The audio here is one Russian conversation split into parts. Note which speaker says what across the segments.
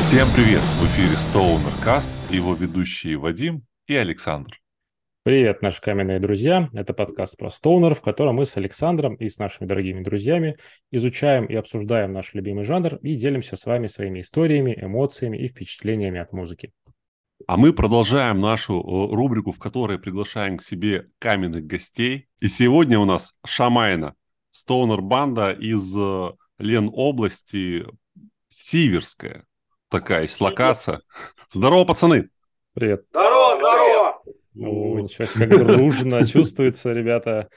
Speaker 1: Всем привет! В эфире Stoner Cast, его ведущие Вадим и Александр.
Speaker 2: Привет, наши каменные друзья. Это подкаст про стоунер, в котором мы с Александром и с нашими дорогими друзьями изучаем и обсуждаем наш любимый жанр и делимся с вами своими историями, эмоциями и впечатлениями от музыки.
Speaker 1: А мы продолжаем нашу рубрику, в которой приглашаем к себе каменных гостей. И сегодня у нас Шамайна, стоунер-банда из Ленобласти, Сиверская. Такая дислокация. Здорово, пацаны!
Speaker 2: Привет.
Speaker 3: Здорово, здорово!
Speaker 2: О, ничего себе, как дружно чувствуется, ребята.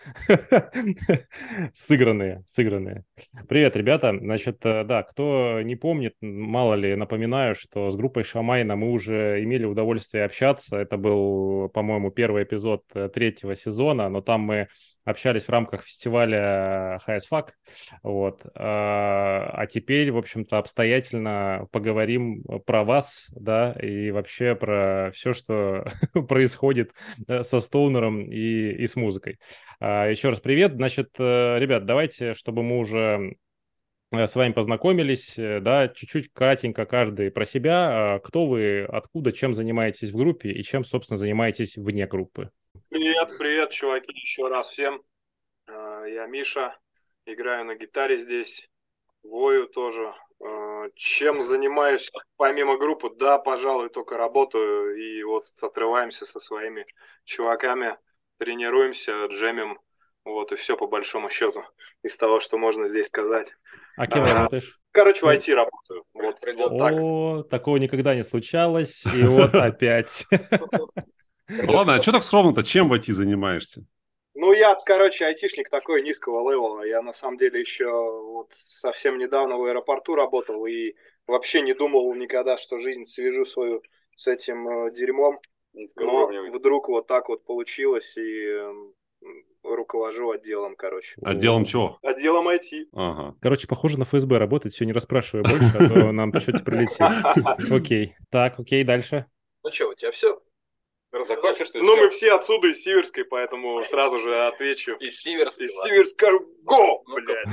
Speaker 2: Сыгранные. Привет, ребята. Значит, да, кто не помнит, мало ли, напоминаю, что с группой Шамайна мы уже имели удовольствие общаться. Это был, по-моему, первый эпизод третьего сезона, но там мы общались в рамках фестиваля High as Fuck. Вот. А теперь, в общем-то, обстоятельно поговорим про вас, да, и вообще про все, что происходит со стоунером и с музыкой. Еще раз привет. Значит, ребят, давайте, чтобы мы уже с вами познакомились, да, чуть-чуть кратенько каждый про себя. Кто вы, откуда, чем занимаетесь в группе и чем, собственно, занимаетесь вне группы?
Speaker 3: Привет, чуваки, еще раз всем. Я Миша, играю на гитаре здесь, вою тоже. Чем занимаюсь помимо группы? Да, пожалуй, только работаю. И вот отрываемся со своими чуваками, тренируемся, джемим. Вот и все по большому счету из того, что можно здесь сказать.
Speaker 2: А кем работаешь?
Speaker 3: Короче, в IT работаю. Вот так.
Speaker 2: О, такого никогда не случалось, и вот опять.
Speaker 1: Ладно, а что так скромно-то? Чем в IT занимаешься?
Speaker 3: Ну, я, короче, айтишник такой низкого левела. Я, на самом деле, еще вот совсем недавно в аэропорту работал и вообще не думал никогда, что жизнь свяжу свою с этим дерьмом. Но вдруг вот так вот получилось, и руковожу отделом, короче.
Speaker 1: Отделом чего?
Speaker 3: Отделом IT.
Speaker 1: Ага.
Speaker 2: Короче, похоже на ФСБ работать, все, не расспрашивай больше, а то нам что-то прилетит. Окей. Так, окей, дальше.
Speaker 4: Ну что, у тебя все?
Speaker 3: Закончишь? Ну, мы все отсюда, из Сиверской, поэтому сразу же отвечу.
Speaker 4: Из Сиверска.
Speaker 3: Из Сиверска, го,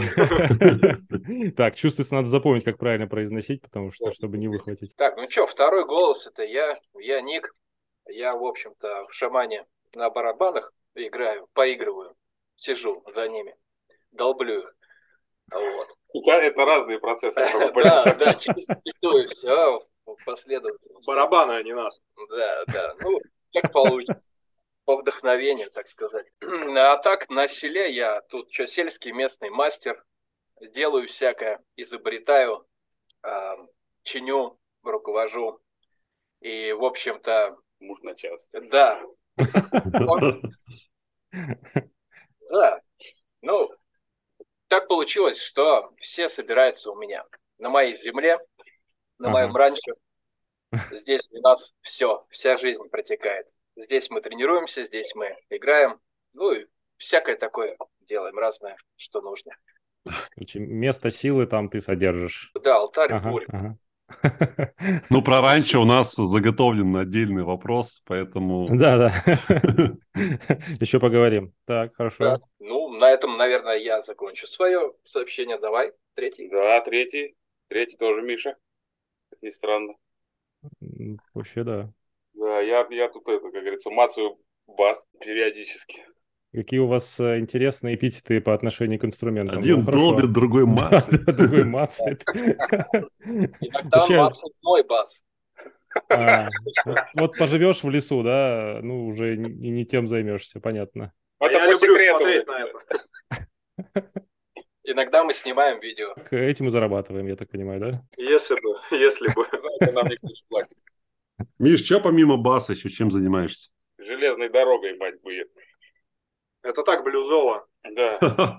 Speaker 3: блядь.
Speaker 2: Так, чувствуется, надо запомнить, как правильно произносить, потому что, чтобы не выхватить.
Speaker 4: Так, ну что, второй голос это я Ник. Я, в общем-то, в Шамане на барабанах играю, поигрываю, сижу за ними, долблю их. Вот.
Speaker 3: Это разные процессы.
Speaker 4: Да, чередую все последовательно.
Speaker 3: Барабаны, а не нас.
Speaker 4: Да, ну, как получится. По вдохновению, так сказать. А так, на селе я тут что, сельский местный мастер, делаю всякое, изобретаю, чиню, руковожу. И, в общем-то...
Speaker 3: Муж на час.
Speaker 4: Да. Да. Ну, так получилось, что все собираются у меня на моей земле, на моем ранчо. Здесь у нас все, вся жизнь протекает. Здесь мы тренируемся, здесь мы играем, ну и всякое такое делаем, разное, что нужно.
Speaker 2: Место силы там ты содержишь.
Speaker 4: Да, алтарь бурь.
Speaker 1: Ну, про ранчо у нас заготовлен отдельный вопрос, поэтому...
Speaker 2: Да. Еще поговорим. Так, хорошо.
Speaker 4: Да. Ну, на этом, наверное, я закончу свое сообщение. Давай, третий.
Speaker 3: Да, третий. Третий тоже Миша. Это не странно.
Speaker 2: Вообще, да.
Speaker 3: Да, я тут, как говорится, мацаю бас периодически.
Speaker 2: Какие у вас интересные эпитеты по отношению к инструментам.
Speaker 1: Один долбит, другой мацает.
Speaker 2: Другой мацает.
Speaker 4: Иногда он мацает мой бас.
Speaker 2: Вот поживешь в лесу, да, ну, уже не тем займешься, понятно.
Speaker 3: Это по секрету смотреть на это.
Speaker 4: Иногда мы снимаем видео.
Speaker 2: Этим и зарабатываем, я так понимаю, да?
Speaker 3: Если бы. Нам никто не платит.
Speaker 1: Миш, что помимо баса еще чем занимаешься?
Speaker 3: Железной дорогой, мать бы. Это так, блюзово. Да.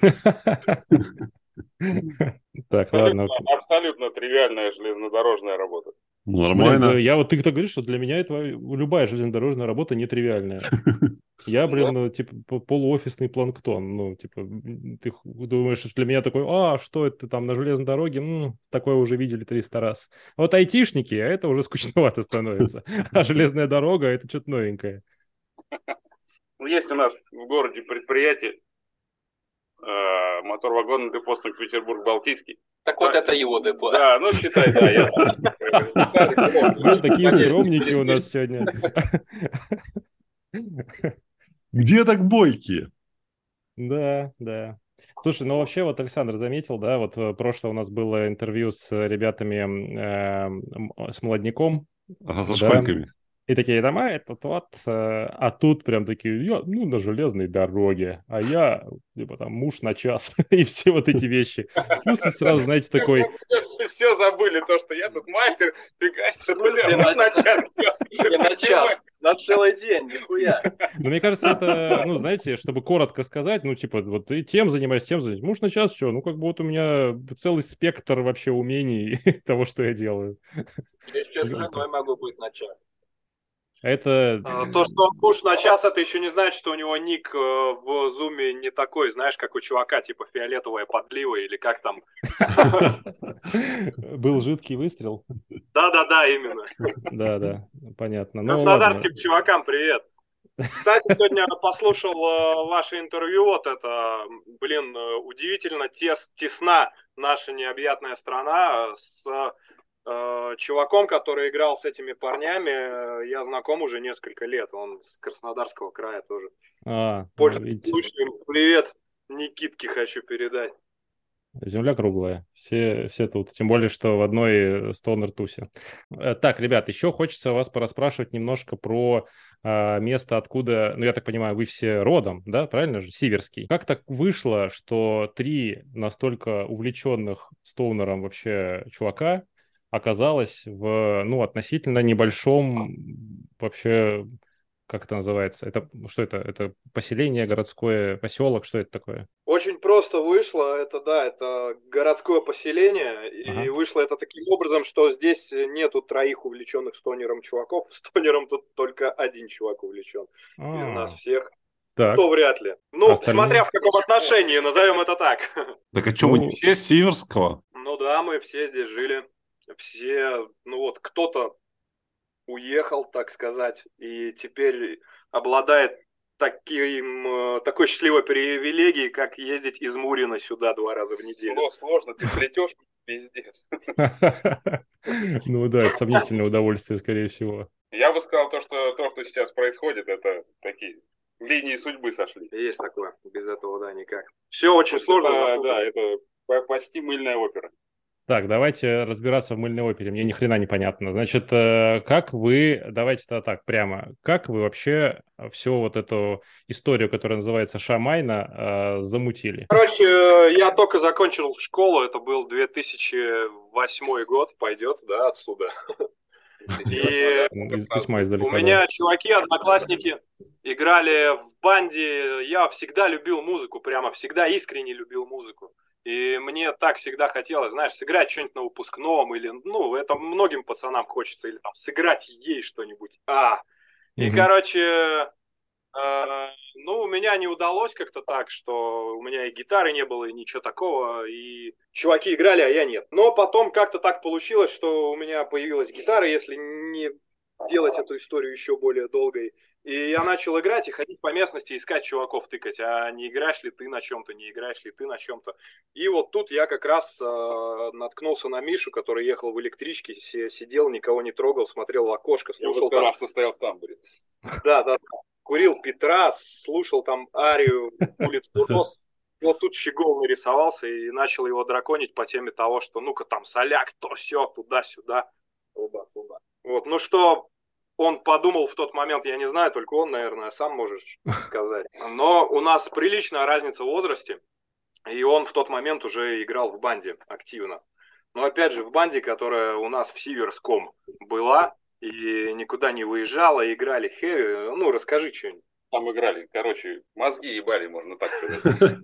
Speaker 2: Так, ладно.
Speaker 3: Абсолютно тривиальная железнодорожная работа.
Speaker 1: Нормально.
Speaker 2: Блин, ты так говоришь, что для меня это любая железнодорожная работа нетривиальная. Я, типа полуофисный планктон. Ну, типа, ты думаешь, что для меня такой, что это там на железной дороге? Такое уже видели 300 раз. Вот айтишники, это уже скучновато становится. А железная дорога, это что-то новенькое.
Speaker 3: Есть у нас в городе предприятие, мотор-вагонный депо Санкт-Петербург-Балтийский.
Speaker 4: Так вот это его депо.
Speaker 3: Да, ну считай, да,
Speaker 2: Блин, такие скромники у нас сегодня.
Speaker 1: Где так бойкие?
Speaker 2: Да, да. Слушай, ну вообще вот Александр заметил, да, вот прошлое у нас было интервью с ребятами, с молодняком,
Speaker 1: Ага, со
Speaker 2: да,
Speaker 1: школьками.
Speaker 2: и такие, там, этот вот, а тут прям такие, я, ну, на железной дороге, а я, типа, там, муж на час, и все вот эти вещи. Чувствуется сразу, знаете, такой...
Speaker 5: Все забыли то, что я тут мастер, фига себе,
Speaker 4: На час, на целый день, нихуя.
Speaker 2: Ну, мне кажется, это, ну, знаете, чтобы коротко сказать, ну, типа, вот и тем занимаюсь, муж на час, все, ну, как бы вот у меня целый спектр вообще умений того, что я делаю.
Speaker 4: Я еще с женой могу быть на час.
Speaker 2: Это...
Speaker 3: То, что он муж на час, это еще не значит, что у него ник в зуме не такой, знаешь, как у чувака, типа фиолетовая подлива или как там.
Speaker 2: Был жидкий выстрел.
Speaker 3: Да-да-да, именно.
Speaker 2: Да, понятно. Ну,
Speaker 3: Краснодарским
Speaker 2: ладно.
Speaker 3: чувакам привет. Кстати, сегодня послушал ваше интервью, вот это, блин, удивительно тесна наша необъятная страна с чуваком, который играл с этими парнями. Я знаком уже несколько лет, он с Краснодарского края тоже. Пользуюсь случаем, привет Никитке хочу передать.
Speaker 2: Земля круглая. Все тут. Тем более, что в одной стонер-тусе. Так, ребят, еще хочется вас порасспрашивать немножко про место, откуда, ну, я так понимаю, вы все родом, да, правильно же? Сиверский. Как так вышло, что 3 настолько увлеченных стоунером вообще чувака оказалось в, ну, относительно небольшом вообще, как это называется? Это что это? Это поселение, городское, поселок? Что это такое?
Speaker 3: Очень просто вышло. Это, да, это городское поселение. И вышло это таким образом, что здесь нету 3 увлеченных стонером чуваков. Стонером тут только 1 чувак увлечен из нас всех.
Speaker 2: Так.
Speaker 3: То вряд ли. Ну,
Speaker 2: Остальные?
Speaker 3: смотря в каком отношении, назовем это так.
Speaker 1: Так а что, вы не все с Сиверского?
Speaker 3: Ну да, мы все здесь жили. Все, ну вот, кто-то уехал, так сказать, и теперь обладает такой счастливой привилегией, как ездить из Мурина сюда 2 раза в неделю.
Speaker 5: Сложно, ты плетешь, пиздец.
Speaker 2: Ну да, это сомнительное удовольствие, скорее всего.
Speaker 5: Я бы сказал, то, что сейчас происходит, это такие линии судьбы сошли.
Speaker 3: Есть такое, без этого, да, никак. Все очень сложно.
Speaker 5: Да, это почти мыльная опера.
Speaker 2: Так, давайте разбираться в мыльной опере. Мне ни хрена не понятно. Значит, как вы, давайте так прямо, как вы вообще всю вот эту историю, которая называется Шамайна, замутили?
Speaker 3: Короче, я только закончил школу, это был 2008 год, пойдет, да, отсюда. И
Speaker 2: весьма издалека,
Speaker 3: у меня чуваки, одноклассники играли в банде. Я всегда любил музыку, прямо всегда искренне любил музыку. И мне так всегда хотелось, знаешь, сыграть что-нибудь на выпускном или, ну, это многим пацанам хочется, или там сыграть ей что-нибудь. И, короче, ну, у меня не удалось как-то так, что у меня и гитары не было, и ничего такого, и чуваки играли, а я нет. Но потом как-то так получилось, что у меня появилась гитара, если не делать эту историю еще более долгой. И я начал играть и ходить по местности, искать чуваков, тыкать, а не играешь ли ты на чем-то, не играешь ли ты на чем-то. И вот тут я как раз наткнулся на Мишу, который ехал в электричке, сидел, никого не трогал, смотрел в окошко, слушал.
Speaker 5: Я раз стоял в тамбуре.
Speaker 3: Да. Курил Петра, слушал там арию улицу Рос. Вот тут Щегол нарисовался и начал его драконить по теме того, что ну-ка там соляк, то все, туда-сюда. Оба. Вот, ну что он подумал в тот момент, я не знаю, только он, наверное, сам можешь сказать. Но у нас приличная разница в возрасте, и он в тот момент уже играл в банде активно. Но опять же, в банде, которая у нас в Сиверском была, и никуда не выезжала, играли хэви. Ну, расскажи что-нибудь.
Speaker 5: Там играли, короче, мозги ебали, можно так сказать.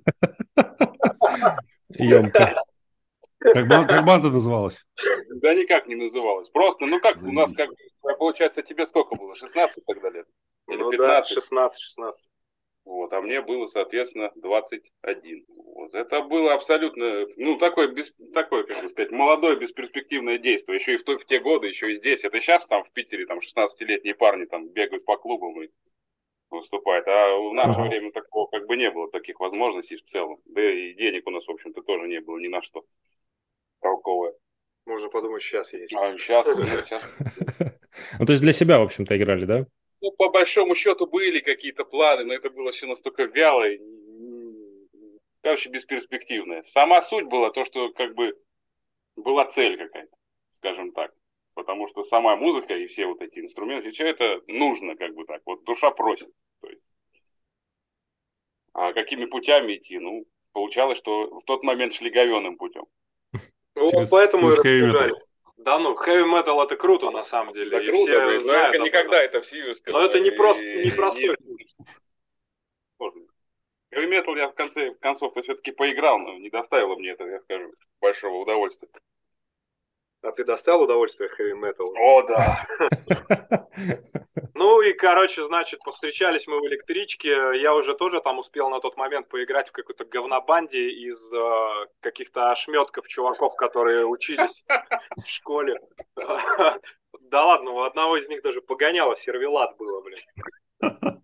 Speaker 2: Емко.
Speaker 1: Как банда называлась?
Speaker 5: Да никак не называлась. Просто, ну как у нас, как получается, тебе сколько было? 16 тогда лет? Или 15?
Speaker 3: Да, 16.
Speaker 5: Вот, а мне было, соответственно, 21. Вот. Это было абсолютно, ну, такое, как бы сказать, молодое, бесперспективное действие. Еще и в те годы, еще и здесь. Это сейчас там в Питере там 16-летние парни там бегают по клубам и выступают. А в наше время такого как бы не было, таких возможностей в целом. Да и денег у нас, в общем-то, тоже не было ни на что толковое.
Speaker 3: Можно подумать, сейчас есть.
Speaker 5: А сейчас,
Speaker 2: Ну, то есть для себя, в общем-то, играли, да?
Speaker 5: ну, по большому счету были какие-то планы, но это было все настолько вяло и, короче, бесперспективное. Сама суть была то, что как бы была цель какая-то, скажем так. Потому что сама музыка и все вот эти инструменты, все это нужно как бы так. Вот душа просит. То есть. А какими путями идти? Ну, получалось, что в тот момент шли говёным путем.
Speaker 3: Ну,
Speaker 1: Через-
Speaker 3: поэтому и
Speaker 1: через heavy metal.
Speaker 3: разбежали. Да, ну, хэви метал это круто на самом деле.
Speaker 5: Да
Speaker 3: и
Speaker 5: круто,
Speaker 3: все
Speaker 5: блин, но
Speaker 3: знают
Speaker 5: это
Speaker 3: об
Speaker 5: никогда
Speaker 3: этом.
Speaker 5: это в Сириус.
Speaker 3: Но это не простой путь.
Speaker 5: Heavy metal я в конце концов-то все-таки поиграл, но не доставило мне это, я скажу, большого удовольствия.
Speaker 3: А ты достал удовольствие хэви метал?
Speaker 5: О, да.
Speaker 3: Ну и, короче, значит, повстречались мы в электричке. Я уже тоже там успел на тот момент поиграть в какой-то говнобанде из каких-то ошметков чуваков, которые учились в школе. Да ладно, у одного из них даже погоняло сервелат было, блин.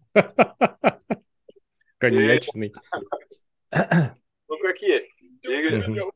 Speaker 2: Коньячный.
Speaker 3: Ну, как есть.
Speaker 2: Мгм.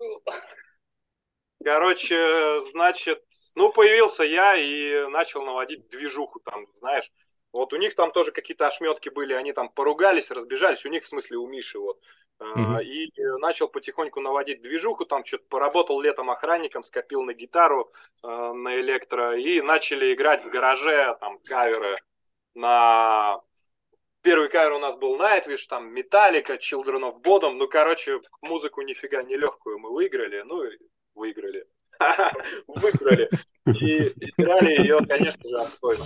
Speaker 3: Короче, значит, ну, появился я и начал наводить движуху там, знаешь. Вот у них там тоже какие-то ошметки были, они там поругались, разбежались, у них, в смысле, у Миши, вот.
Speaker 2: Мгм.
Speaker 3: И начал потихоньку наводить движуху, там что-то поработал летом охранником, скопил на гитару, на электро, и начали играть в гараже, там, каверы на... Первый кавер у нас был Nightwish, там, Metallica, Children of Bodom, ну, короче, музыку нифига не легкую мы выиграли, ну, и выиграли. Выиграли. И играли ее, конечно же, отстойно.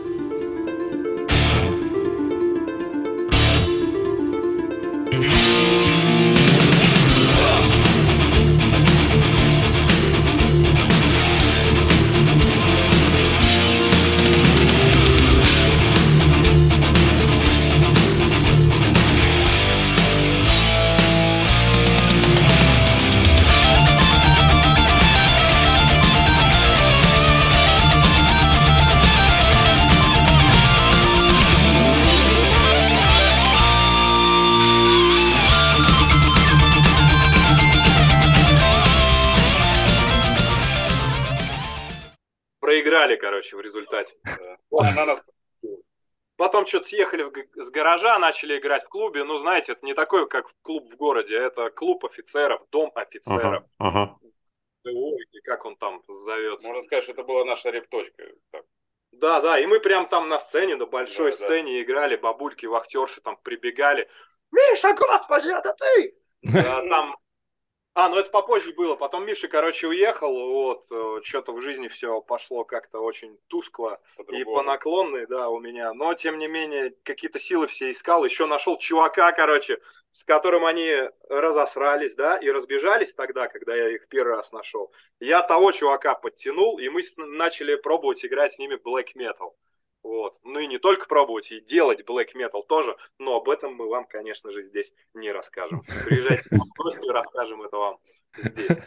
Speaker 3: Проиграли, короче, в результате.
Speaker 5: Она нас...
Speaker 3: Потом что-то съехали с гаража, начали играть в клубе. Ну, знаете, это не такой, как клуб в городе. Это клуб офицеров, дом офицеров.
Speaker 1: Ага.
Speaker 3: Ой, и как он там зовется.
Speaker 5: Можно сказать, что это была наша репточка. Так.
Speaker 3: Да, и мы прям там на сцене, на большой
Speaker 5: Да.
Speaker 3: сцене играли, бабульки, вахтерши там прибегали. Миша, господи, это ты! Да, там... ну это попозже было. Потом Миша, короче, уехал. Вот, что-то в жизни все пошло как-то очень тускло и по наклонной, да, у меня. Но, тем не менее, какие-то силы все искал. Еще нашел чувака, короче, с которым они разосрались, да, и разбежались тогда, когда я их первый раз нашел. Я того чувака подтянул, и мы начали пробовать играть с ними black metal. Вот. Ну и не только пробовать, и делать black metal тоже, но об этом мы вам, конечно же, здесь не расскажем. Приезжайте в гости, расскажем это вам здесь.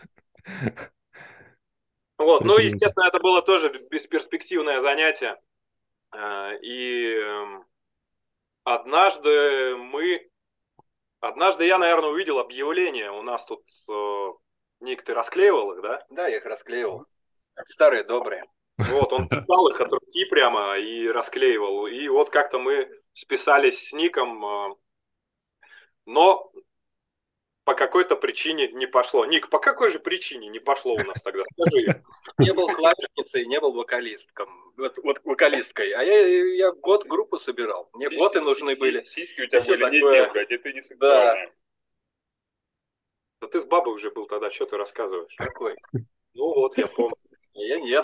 Speaker 3: Вот, ну, естественно, это было тоже бесперспективное занятие. И однажды я, наверное, увидел объявление. У нас тут, Ник, ты расклеивал их, да?
Speaker 4: Да, я их расклеивал. Старые, добрые.
Speaker 3: Вот, он писал их от руки прямо и расклеивал. И вот как-то мы списались с Ником, но по какой-то причине не пошло. Ник, по какой же причине не пошло у нас тогда? Скажи.
Speaker 4: Не был клавишницей, не был вокалисткой. А я год группу собирал. Мне годы нужны были.
Speaker 5: Сиськи у тебя
Speaker 4: Всё
Speaker 5: были не
Speaker 4: такое.
Speaker 5: те, блядь, и ты не сексуальная.
Speaker 3: Да ты с бабой уже был тогда, что ты рассказываешь?
Speaker 4: Какой?
Speaker 3: Ну вот, я помню.
Speaker 4: Я нет.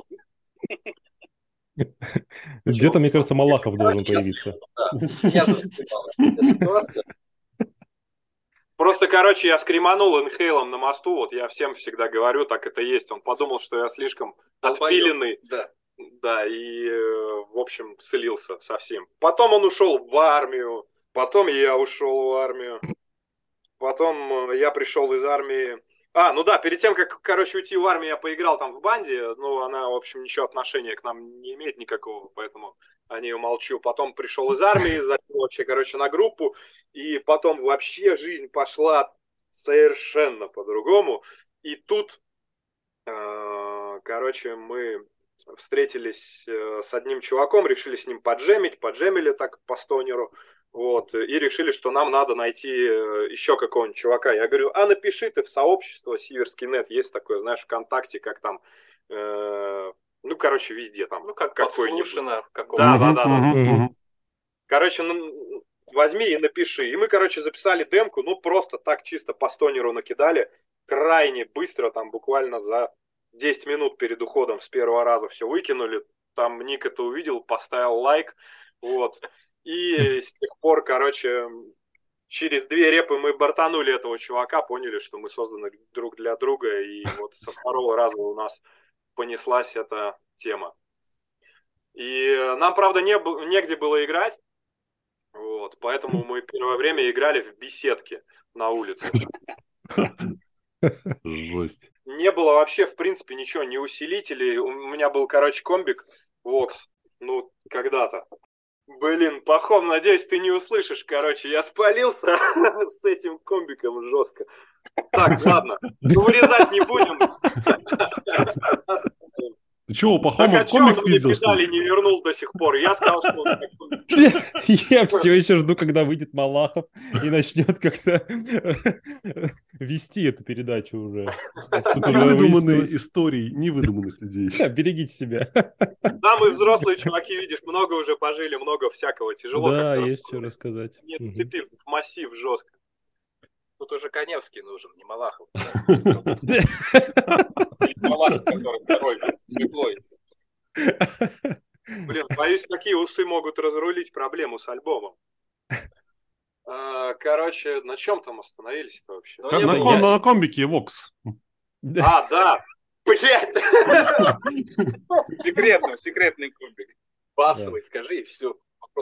Speaker 2: Где-то, мне кажется, Малахов должен появиться.
Speaker 4: Я засыпал эта ситуация.
Speaker 3: Просто, короче, я скриманул инхейлом на мосту, вот я всем всегда говорю, так это есть. Он подумал, что я слишком отпиленный.
Speaker 4: Да.
Speaker 3: Да, и, в общем, слился совсем. Потом он ушел в армию, потом я ушел в армию, потом я пришел из армии. Ну да, перед тем, как, короче, уйти в армию, я поиграл там в банде, но она, в общем, ничего отношения к нам не имеет никакого, поэтому о ней умолчу. Потом пришел из армии, запил вообще, короче, на группу, и потом вообще жизнь пошла совершенно по-другому. И тут Короче, мы встретились с одним чуваком, решили с ним поджемили так по стонеру, вот, и решили, что нам надо найти еще какого-нибудь чувака. Я говорю, напиши ты в сообщество Сиверский нет, есть такое, знаешь, ВКонтакте, как там, ну, короче, везде там.
Speaker 4: Ну, как
Speaker 3: какой-нибудь.
Speaker 4: подслушано
Speaker 3: Да. Короче, ну, возьми и напиши. И мы, короче, записали демку, ну, просто так чисто по стонеру накидали, крайне быстро, там, буквально за 10 минут перед уходом с первого раза все выкинули. Там Ник это увидел, поставил лайк, вот. И с тех пор, короче, через 2 репы мы бортанули этого чувака, поняли, что мы созданы друг для друга, и вот со второго раза у нас понеслась эта тема. И нам, правда, негде было играть, вот, поэтому мы первое время играли в беседке на улице.
Speaker 1: Жесть.
Speaker 3: Не было вообще, в принципе, ничего, ни усилителей. У меня был, короче, комбик Vox, ну, когда-то. Блин, Пахом, надеюсь, ты не услышишь, короче, я спалился с этим комбиком жестко. Так, ладно, вырезать не будем.
Speaker 1: Ты чего, у Пахома комик спиздил, что ли?
Speaker 3: Не вернул до сих пор. Я сказал, что он такой...
Speaker 2: Я все еще жду, когда выйдет Малахов и начнет как-то вести эту передачу уже.
Speaker 1: Невыдуманные истории невыдуманных людей.
Speaker 2: Да, берегите себя.
Speaker 3: Да, мы взрослые чуваки, видишь, много уже пожили, много всякого. Тяжело
Speaker 2: Да,
Speaker 3: как-то
Speaker 2: есть что рассказать.
Speaker 3: не зацепив массив жестко.
Speaker 4: Тут уже Коневский нужен, не Малахов.
Speaker 5: Малахов, который второй, светлой.
Speaker 3: Блин, боюсь, такие усы могут разрулить проблему с альбомом. Короче, на чем там остановились-то вообще?
Speaker 1: На комбике Vox.
Speaker 3: Да. Блять!
Speaker 4: Секретный комбик. Басовый, скажи, и все.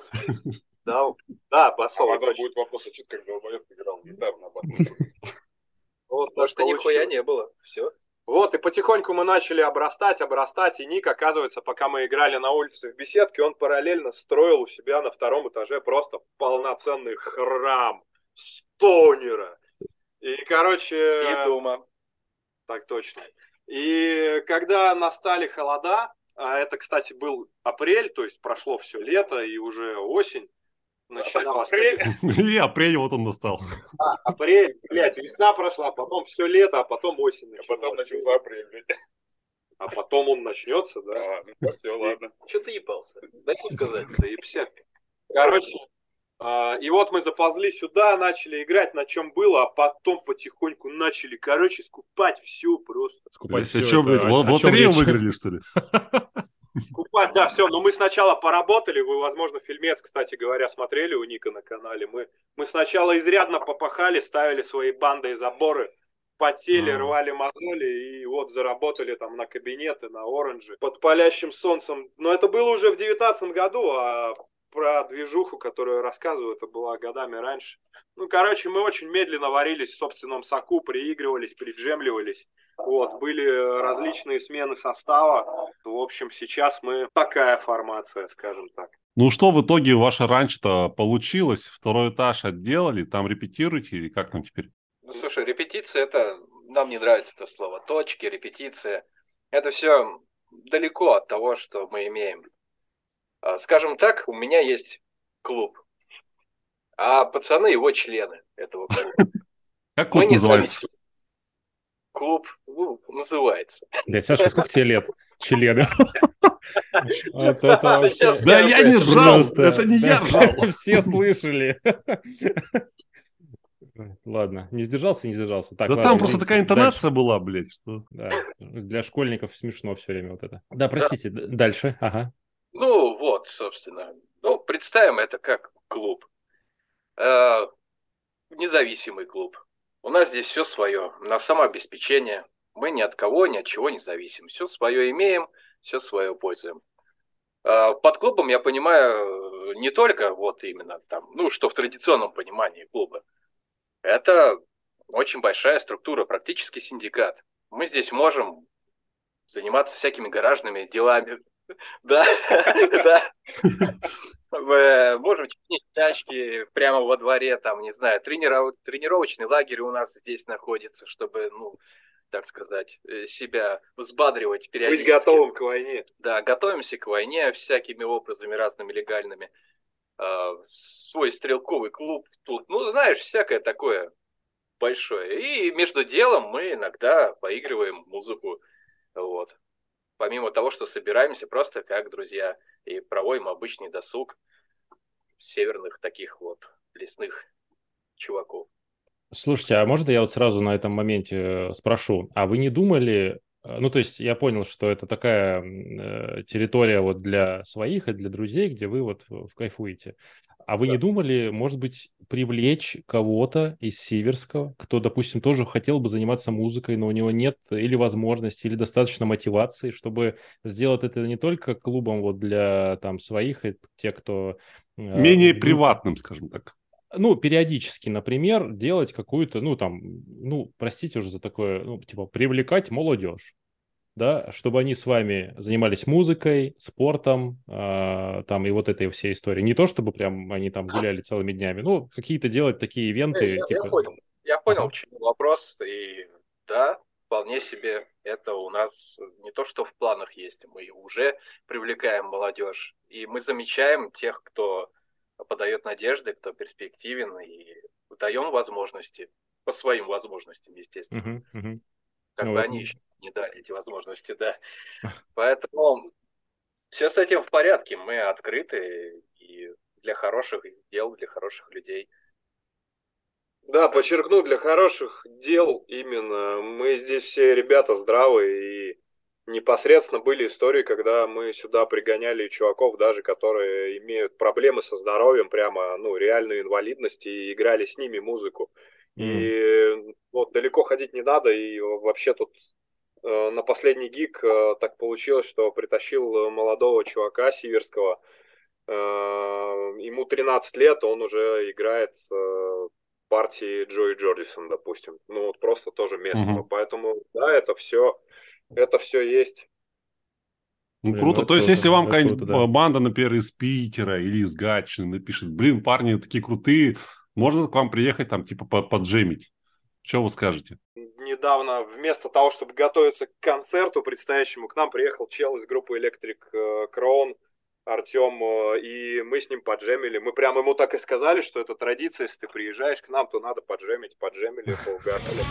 Speaker 4: Да, басовый.
Speaker 5: Потом будет вопрос, а что ты как долбоёб играл гитару на басу?
Speaker 3: Вот,
Speaker 4: потому что нихуя не было. Все.
Speaker 3: Вот, и потихоньку мы начали обрастать, и Ник, оказывается, пока мы играли на улице в беседке, он параллельно строил у себя на 2-м этаже просто полноценный храм стонера. И, короче...
Speaker 4: И дома.
Speaker 3: Так точно. И когда настали холода, а это, кстати, был апрель, то есть прошло все лето и уже осень, начиналась...
Speaker 1: И апрель вот он настал.
Speaker 3: Апрель, блядь, весна прошла, потом все лето, а потом осень.
Speaker 5: А потом начался апрель, блядь.
Speaker 3: А потом он начнется, да?
Speaker 5: Ну, все, ладно.
Speaker 4: Что ты ебался? Дай ему сказать.
Speaker 3: Да и все. Короче, и вот мы заползли сюда, начали играть, на чем было, а потом потихоньку начали, короче, скупать все просто.
Speaker 2: Скупать все.
Speaker 1: Что, блядь, в лотерею выиграли, что ли?
Speaker 3: Скупать, да, все. Но мы сначала поработали, вы, возможно, фильмец, кстати говоря, смотрели у Ника на канале. Мы сначала изрядно попахали, ставили свои банды и заборы, потели, рвали мозоли и вот заработали там на кабинеты, на оранжи под палящим солнцем. Но это было уже в 2019 году, а про движуху, которую я рассказываю, это было годами раньше. Ну, короче, мы очень медленно варились в собственном соку, приигрывались, приджемливались. Вот, были различные смены состава. В общем, сейчас мы такая формация, скажем так.
Speaker 1: Ну что в итоге ваше раньше-то получилось? 2-й этаж отделали, там репетируете или как там теперь?
Speaker 4: Ну, слушай, репетиция, это... Нам не нравится это слово. Точки, репетиция. Это все далеко от того, что мы имеем. Скажем так, у меня есть клуб. А пацаны его члены этого клуба.
Speaker 1: Как клуб называется?
Speaker 4: Клуб называется.
Speaker 2: Блядь, Сашка, сколько тебе лет? Члены.
Speaker 1: Да я не ржал, это не я ржал.
Speaker 2: Все слышали. Ладно, не сдержался. Так,
Speaker 1: да
Speaker 2: ладно,
Speaker 1: там просто
Speaker 2: извините.
Speaker 1: такая интонация была, блядь, что...
Speaker 2: Да, для школьников смешно все время вот это. Да, простите, дальше, ага.
Speaker 4: Ну, вот, собственно. Ну, представим это как клуб. Независимый клуб. У нас здесь все свое, на самообеспечение. Мы ни от кого, ни от чего не зависим. Все свое имеем, все свое пользуем. Под клубом я понимаю не только вот именно там, ну, что в традиционном понимании клуба. Это очень большая структура, практически синдикат. Мы здесь можем заниматься всякими гаражными делами. Да, да. Мы можем чинить тачки прямо во дворе, там, не знаю, тренировочный лагерь у нас здесь находится, чтобы, ну, так сказать, себя взбадривать
Speaker 3: Быть
Speaker 4: периодически.
Speaker 3: готовым к войне.
Speaker 4: Да, готовимся к войне всякими образами разными легальными. Свой стрелковый клуб тут, ну, знаешь, всякое такое большое. И между делом мы иногда поигрываем музыку, вот. Помимо того, что собираемся просто как друзья и проводим обычный досуг северных таких вот лесных чуваков.
Speaker 2: Слушайте, а можно я вот сразу на этом моменте спрошу, а вы не думали, ну, то есть я понял, что это такая территория вот для своих и для друзей, где вы вот кайфуете. А вы не думали, может быть, привлечь кого-то из Сиверского, кто, допустим, тоже хотел бы заниматься музыкой, но у него нет или возможности, или достаточно мотивации, чтобы сделать это не только клубом вот для там своих и тех, кто
Speaker 1: Менее
Speaker 2: в группе.
Speaker 1: приватным, скажем так.
Speaker 2: Ну, периодически, например, делать какую-то, ну, там, ну, простите уже за такое, ну, типа, привлекать молодежь, да, чтобы они с вами занимались музыкой, спортом, там, и вот этой всей историей. Не то, чтобы прям они там гуляли целыми днями, ну, какие-то делать такие ивенты,
Speaker 4: Я
Speaker 2: типа...
Speaker 4: понял. Я понял,
Speaker 2: Ага.
Speaker 4: к чему вопрос. И да, вполне себе это у нас не то, что в планах есть. Мы уже привлекаем молодежь. И мы замечаем тех, кто подает надежды, кто перспективен, и даем возможности, по своим возможностям, естественно.
Speaker 2: Мгм, мгм.
Speaker 4: Как
Speaker 2: Ну,
Speaker 4: бы
Speaker 2: вот.
Speaker 4: они еще не дали эти возможности, да. Поэтому все с этим в порядке. Мы открыты и для хороших дел, для хороших людей.
Speaker 3: Да, подчеркну, для хороших дел именно. Мы здесь все ребята здравые, и непосредственно были истории, когда мы сюда пригоняли чуваков, даже которые имеют проблемы со здоровьем, прямо, ну, реальную инвалидность, и играли с ними музыку. И вот далеко ходить не надо, и вообще тут на последний гиг так получилось, что притащил молодого чувака сиверского. Ему 13 лет, он уже играет партии Джои Джордисон, допустим. Ну, вот просто тоже местного.
Speaker 1: Мгм.
Speaker 3: Поэтому, да, это все есть.
Speaker 1: Ну,
Speaker 2: Блин, ну
Speaker 1: круто.
Speaker 2: это
Speaker 1: То есть,
Speaker 2: круто,
Speaker 1: если вам
Speaker 2: это круто, да.
Speaker 1: какая-нибудь банда, например, из Питера или из Гатчины напишет, блин, парни такие крутые, можно к вам приехать там, типа, поджемить. Что вы скажете?
Speaker 3: Недавно, вместо того, чтобы готовиться к концерту предстоящему, к нам приехал чел из группы Electric Crown, Артем, и мы с ним поджемили. Мы прям ему так и сказали, что это традиция, если ты приезжаешь к нам, то надо поджемить. Поджемили, поугорали.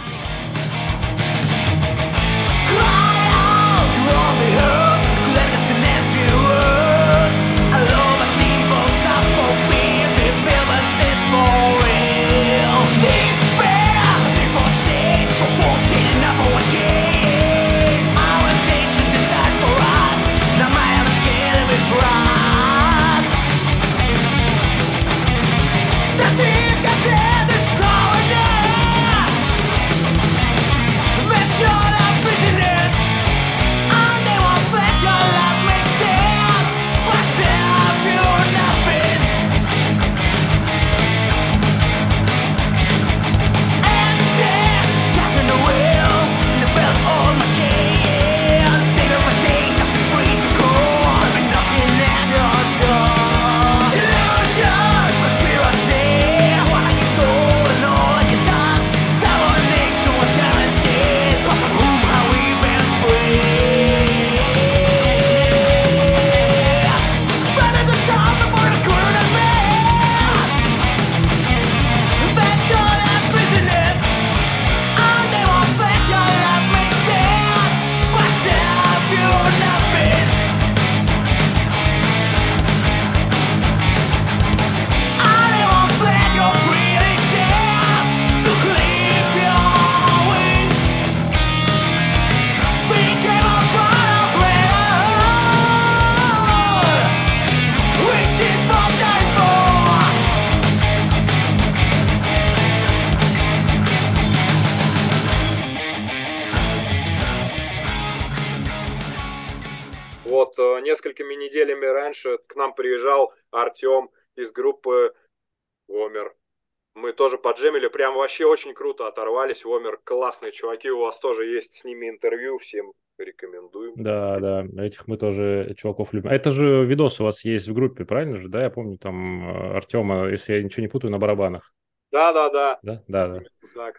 Speaker 3: Вот несколькими неделями раньше к нам приезжал Артем из группы Вомер. Мы тоже поджемили, прям вообще очень круто оторвались. Вомер классные чуваки, у вас тоже есть с ними интервью, всем рекомендуем.
Speaker 2: Да, да, этих мы тоже чуваков любим. А это же видос у вас есть в группе, правильно же, да? Я помню там Артема, если я ничего не путаю, на барабанах.
Speaker 3: Да.
Speaker 2: Да, да, да.
Speaker 3: Именно так.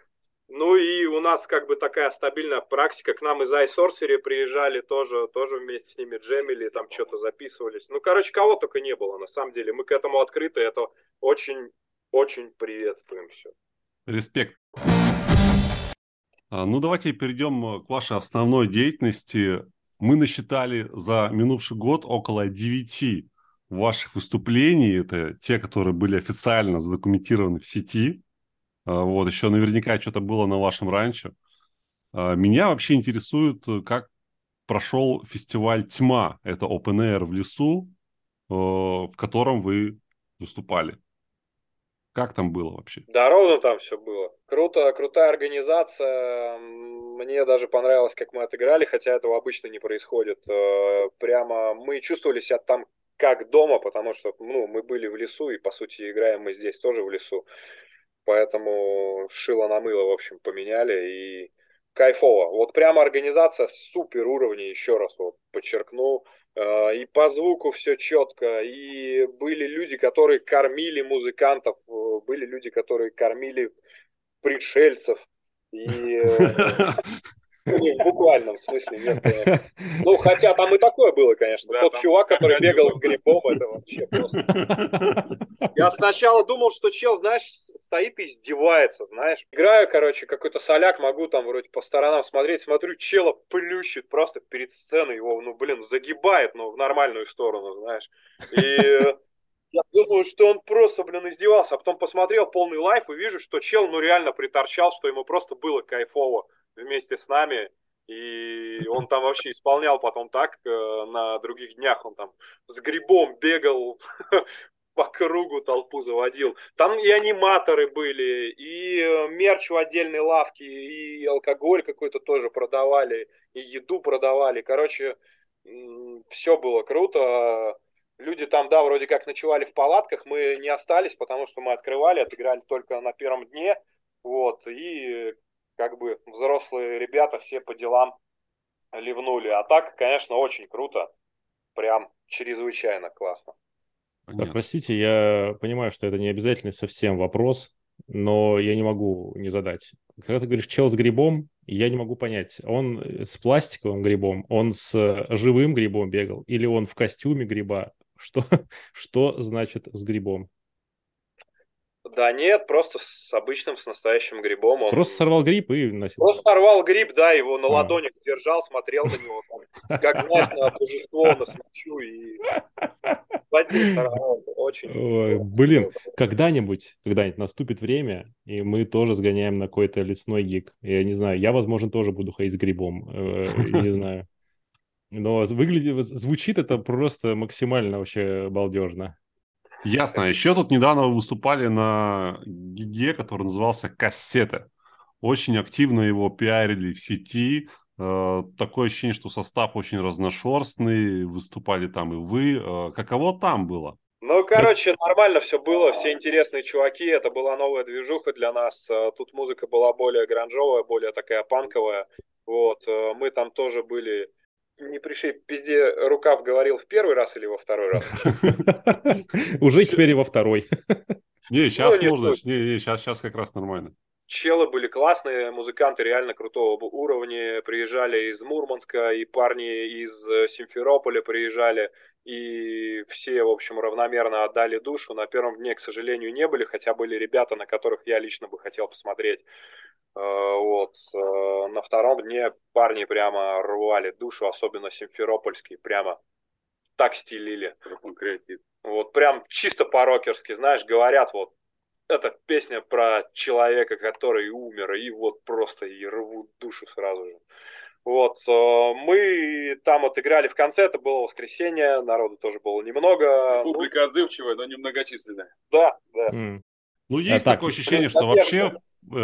Speaker 3: Ну и у нас как бы такая стабильная практика. К нам из iSorcery приезжали тоже вместе с ними джемили, там что-то записывались. Ну, короче, кого только не было, на самом деле. Мы к этому открыты, это очень приветствуем все.
Speaker 1: Респект. Ну, давайте перейдем к вашей основной деятельности. Мы насчитали за минувший год около 9 ваших выступлений. Это те, которые были официально задокументированы в сети. Вот, еще наверняка что-то было на вашем ранчо. Меня вообще интересует, как прошел фестиваль «Тьма». Это open air в лесу, в котором вы выступали. Как там было вообще?
Speaker 3: Да, ровно там все было. Круто, крутая организация. Мне даже понравилось, как мы отыграли, хотя этого обычно не происходит. Прямо мы чувствовали себя там как дома, потому что мы были в лесу, и, по сути, играем мы здесь тоже в лесу. Поэтому шило на мыло, в общем, поменяли, и кайфово. Вот прямо организация супер уровня, еще раз вот подчеркну. И по звуку все четко, и были люди, которые кормили музыкантов, были люди, которые кормили пришельцев, и не в буквальном смысле, нет. Ну, хотя там и такое было, конечно.
Speaker 5: Да,
Speaker 3: Тот
Speaker 5: там
Speaker 3: чувак, который
Speaker 5: проходило.
Speaker 3: бегал с грибом, это вообще просто... Я сначала думал, что чел, знаешь, стоит и издевается, знаешь. Играю, короче, какой-то соляк, могу там вроде по сторонам смотреть, смотрю, чела плющит просто перед сценой, его, загибает, в нормальную сторону, знаешь. И я думаю, что он просто, издевался, а потом посмотрел полный лайф и вижу, что чел, реально приторчал, что ему просто было кайфово вместе с нами. И он там вообще исполнял потом так, на других днях он там с грибом бегал, по кругу толпу заводил. Там и аниматоры были, и мерч в отдельной лавке, и алкоголь какой-то тоже продавали, и еду продавали. Короче, все было круто. Люди там, да, вроде как ночевали в палатках, мы не остались, потому что мы открывали, отыграли только на первом дне. Вот, и как бы взрослые ребята все по делам ливнули. А так, конечно, очень круто. Прям чрезвычайно классно.
Speaker 1: Понятно.
Speaker 2: Простите, я понимаю, что это не обязательный совсем вопрос, но я не могу не задать. Когда ты говоришь чел с грибом, я не могу понять, он с пластиковым грибом, он с живым грибом бегал, или он в костюме гриба? Что значит с грибом?
Speaker 3: Да нет, просто с обычным, с настоящим грибом. Он
Speaker 2: Просто сорвал гриб и носил.
Speaker 3: просто сорвал гриб, да, его на ладонях держал, смотрел на него, как, знаешь, на божество, на свечу, и водил сорвал. Очень
Speaker 2: Ой, блин, когда-нибудь наступит время, и мы тоже сгоняем на какой-то лесной гиг. Я не знаю, я, возможно, тоже буду ходить с грибом, не знаю. Но звучит это просто максимально вообще балдежно.
Speaker 1: Ясно. Еще тут недавно вы выступали на гиге, который назывался «Кассета». Очень активно его пиарили в сети. Такое ощущение, что состав очень разношерстный. Выступали там и вы. Каково там было?
Speaker 3: Ну, короче, нормально все было, все интересные чуваки, это была новая движуха для нас, тут музыка была более гранжовая, более такая панковая, вот, мы там тоже были, не пришей пизде рукав говорил в первый раз или во второй раз?
Speaker 2: Уже теперь и во второй.
Speaker 1: Не, сейчас
Speaker 3: не
Speaker 1: можно.
Speaker 3: суть.
Speaker 1: Не, сейчас как раз нормально.
Speaker 3: Челы были классные, музыканты реально крутого уровня, приезжали из Мурманска, и парни из Симферополя приезжали, и все, в общем, равномерно отдали душу. На первом дне, к сожалению, не были, хотя были ребята, на которых я лично бы хотел посмотреть. Вот. На втором дне парни прямо рвали душу, особенно симферопольские, прямо так стилили. Вот прям чисто по-рокерски, знаешь, говорят вот, это песня про человека, который умер, и вот просто и рвут душу сразу же. Вот, мы там отыграли в конце, это было воскресенье, народу тоже было немного.
Speaker 5: Публика отзывчивая, но немногочисленная.
Speaker 3: Да, да.
Speaker 1: Ну, есть
Speaker 2: так,
Speaker 1: такое ощущение, что вообще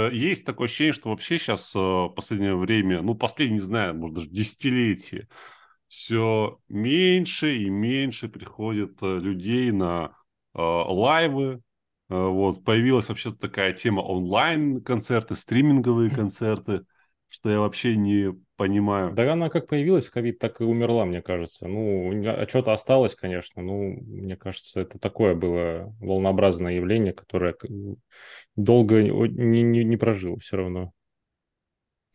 Speaker 1: сейчас в последнее время, последние, не знаю, может, даже десятилетие, все меньше и меньше приходит людей на лайвы. Вот, появилась вообще такая тема онлайн-концерты, стриминговые концерты, что я вообще не понимаю.
Speaker 2: Да она как появилась в ковид, так и умерла, мне кажется. Что-то осталось, конечно. Мне кажется, это такое было волнообразное явление, которое долго не прожило все равно.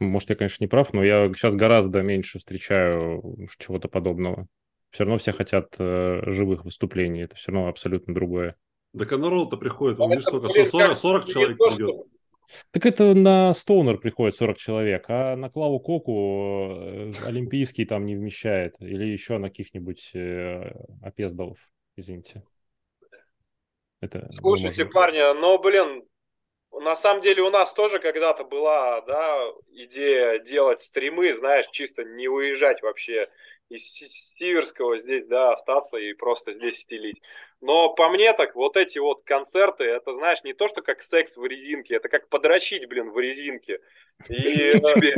Speaker 2: Может, я, конечно, не прав, но я сейчас гораздо меньше встречаю чего-то подобного. Все равно все хотят живых выступлений. Это все равно абсолютно другое.
Speaker 1: Да народу-то приходит,
Speaker 3: А
Speaker 1: видишь,
Speaker 3: это,
Speaker 1: сколько,
Speaker 3: блин, как
Speaker 1: 40
Speaker 3: не
Speaker 1: человек
Speaker 3: то,
Speaker 1: придет.
Speaker 3: что...
Speaker 2: Так это на Стоунер приходит 40 человек, а на Клаву Коку олимпийский там не вмещает. Или еще на каких-нибудь опездалов, извините. Это
Speaker 3: Слушайте,
Speaker 2: невозможно.
Speaker 3: парни, но, блин, на самом деле у нас тоже когда-то была, да, идея делать стримы, знаешь, чисто не уезжать вообще из Сиверского здесь, да, остаться и просто здесь стелить. Но по мне так вот эти вот концерты, это, знаешь, не то, что как секс в резинке, это как подрочить, блин, в резинке. И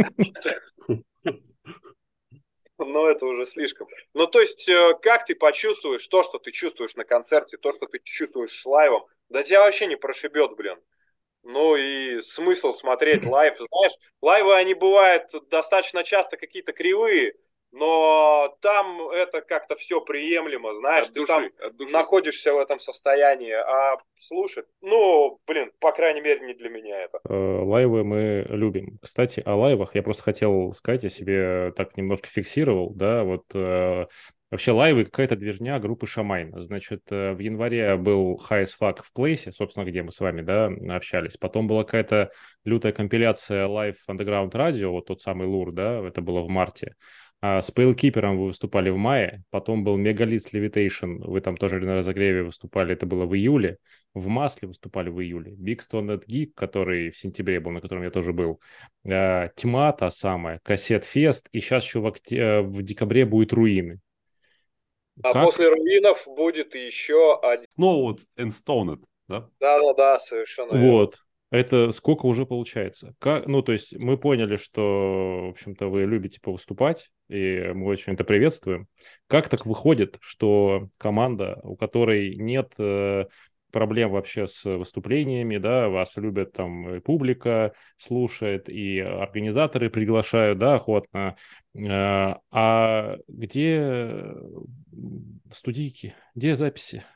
Speaker 3: ну, это уже слишком. Ну, то есть, как ты почувствуешь то, что ты чувствуешь на концерте, то, что ты чувствуешь лайвом, да тебя вообще не прошибет, блин. Ну и смысл смотреть лайв, знаешь, лайвы, они бывают достаточно часто какие-то кривые, но там это как-то все приемлемо, знаешь, ты там
Speaker 5: От души.
Speaker 3: находишься в этом состоянии, а слушать, ну, блин, по крайней мере, не для меня это.
Speaker 2: Лайвы мы любим. Кстати, о лайвах я просто хотел сказать, я себе так немножко фиксировал, да, вот вообще лайвы какая-то движня группы Шамайн. Значит, в январе был High as Fuck в Плейсе, собственно, где мы с вами, да, общались. Потом была какая-то лютая компиляция Live Underground Radio, вот тот самый Лур, да, это было в марте. А с Palekeeper вы выступали в мае, потом был Megalith Levitation, вы там тоже на разогреве выступали, это было в июле. В Масле выступали в июле. Big Stone Geek, который в сентябре был, на котором я тоже был. Тьма та самая, Кассет Фест. И сейчас еще в декабре будет Руины.
Speaker 3: А
Speaker 2: Как?
Speaker 3: после руинов будет еще один.
Speaker 1: Снова вот and Stoned, да?
Speaker 3: Да, совершенно верно.
Speaker 2: Вот. Это сколько уже получается? Как, ну, то есть мы поняли, что, в общем-то, вы любите повыступать, и мы очень это приветствуем. Как так выходит, что команда, у которой нет проблем вообще с выступлениями, да, вас любят там и публика слушает, и организаторы приглашают, да, охотно, а где студийки, где записи?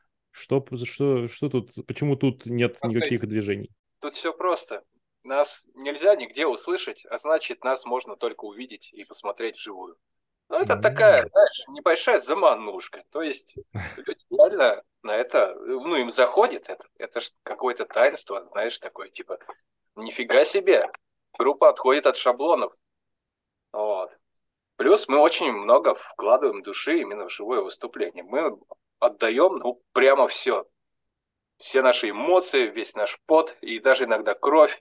Speaker 2: Что тут, почему тут нет никаких
Speaker 4: Смотрите,
Speaker 2: движений?
Speaker 4: тут все просто. Нас нельзя нигде услышать, а значит, нас можно только увидеть и посмотреть вживую. Ну, это такая, знаешь, небольшая заманушка. То есть люди реально на это, ну, им заходит это. Это ж какое-то таинство, знаешь, такое, типа, нифига себе. Группа отходит от шаблонов. Вот. Плюс мы очень много вкладываем души именно в живое выступление. Мы отдаем, ну, прямо все. Все наши эмоции, весь наш пот и даже иногда кровь.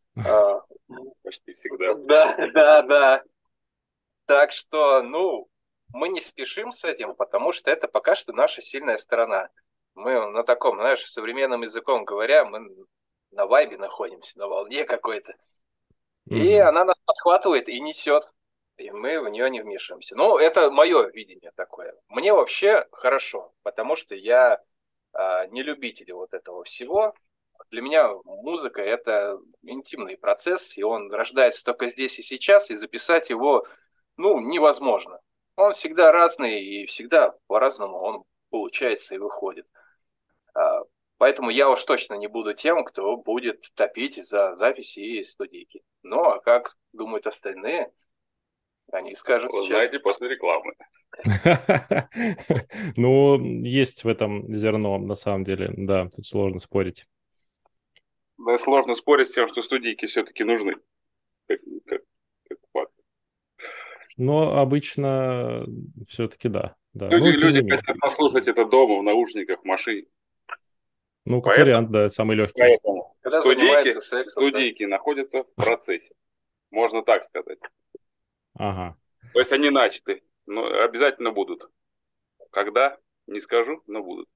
Speaker 5: Почти всегда.
Speaker 4: Да. Так что, ну, мы не спешим с этим, потому что это пока что наша сильная сторона. Мы на таком, знаешь, современным языком говоря, мы на вайбе находимся, на волне какой-то. И она нас подхватывает и несет. И мы в нее не вмешиваемся. Ну, это мое видение такое. Мне вообще хорошо, потому что я не любитель вот этого всего. Для меня музыка – это интимный процесс, и он рождается только здесь и сейчас, и записать его, ну, невозможно. Он всегда разный, и всегда по-разному он получается и выходит. А, Поэтому я уж точно не буду тем, кто будет топить за записи и студийки. Ну, а как думают остальные, они скажут
Speaker 5: Вы
Speaker 4: сейчас.
Speaker 5: знаете, после рекламы.
Speaker 2: Ну, есть в этом зерно, на самом деле. Да, тут сложно спорить.
Speaker 5: Да, сложно спорить с тем, что студийки все-таки нужны. Как факт.
Speaker 2: Но обычно все-таки да. Да.
Speaker 5: Люди,
Speaker 2: Ну, тем не
Speaker 5: люди
Speaker 2: менее.
Speaker 5: хотят послушать это дома, в наушниках, в машине.
Speaker 2: Ну, как
Speaker 5: Поэтому,
Speaker 2: вариант, да, самый легкий.
Speaker 5: поэтому
Speaker 4: Когда занимается сексом,
Speaker 5: студийки находятся в процессе. Можно так сказать.
Speaker 2: Ага.
Speaker 5: То есть они начаты, но обязательно будут. Когда? Не скажу, но будут.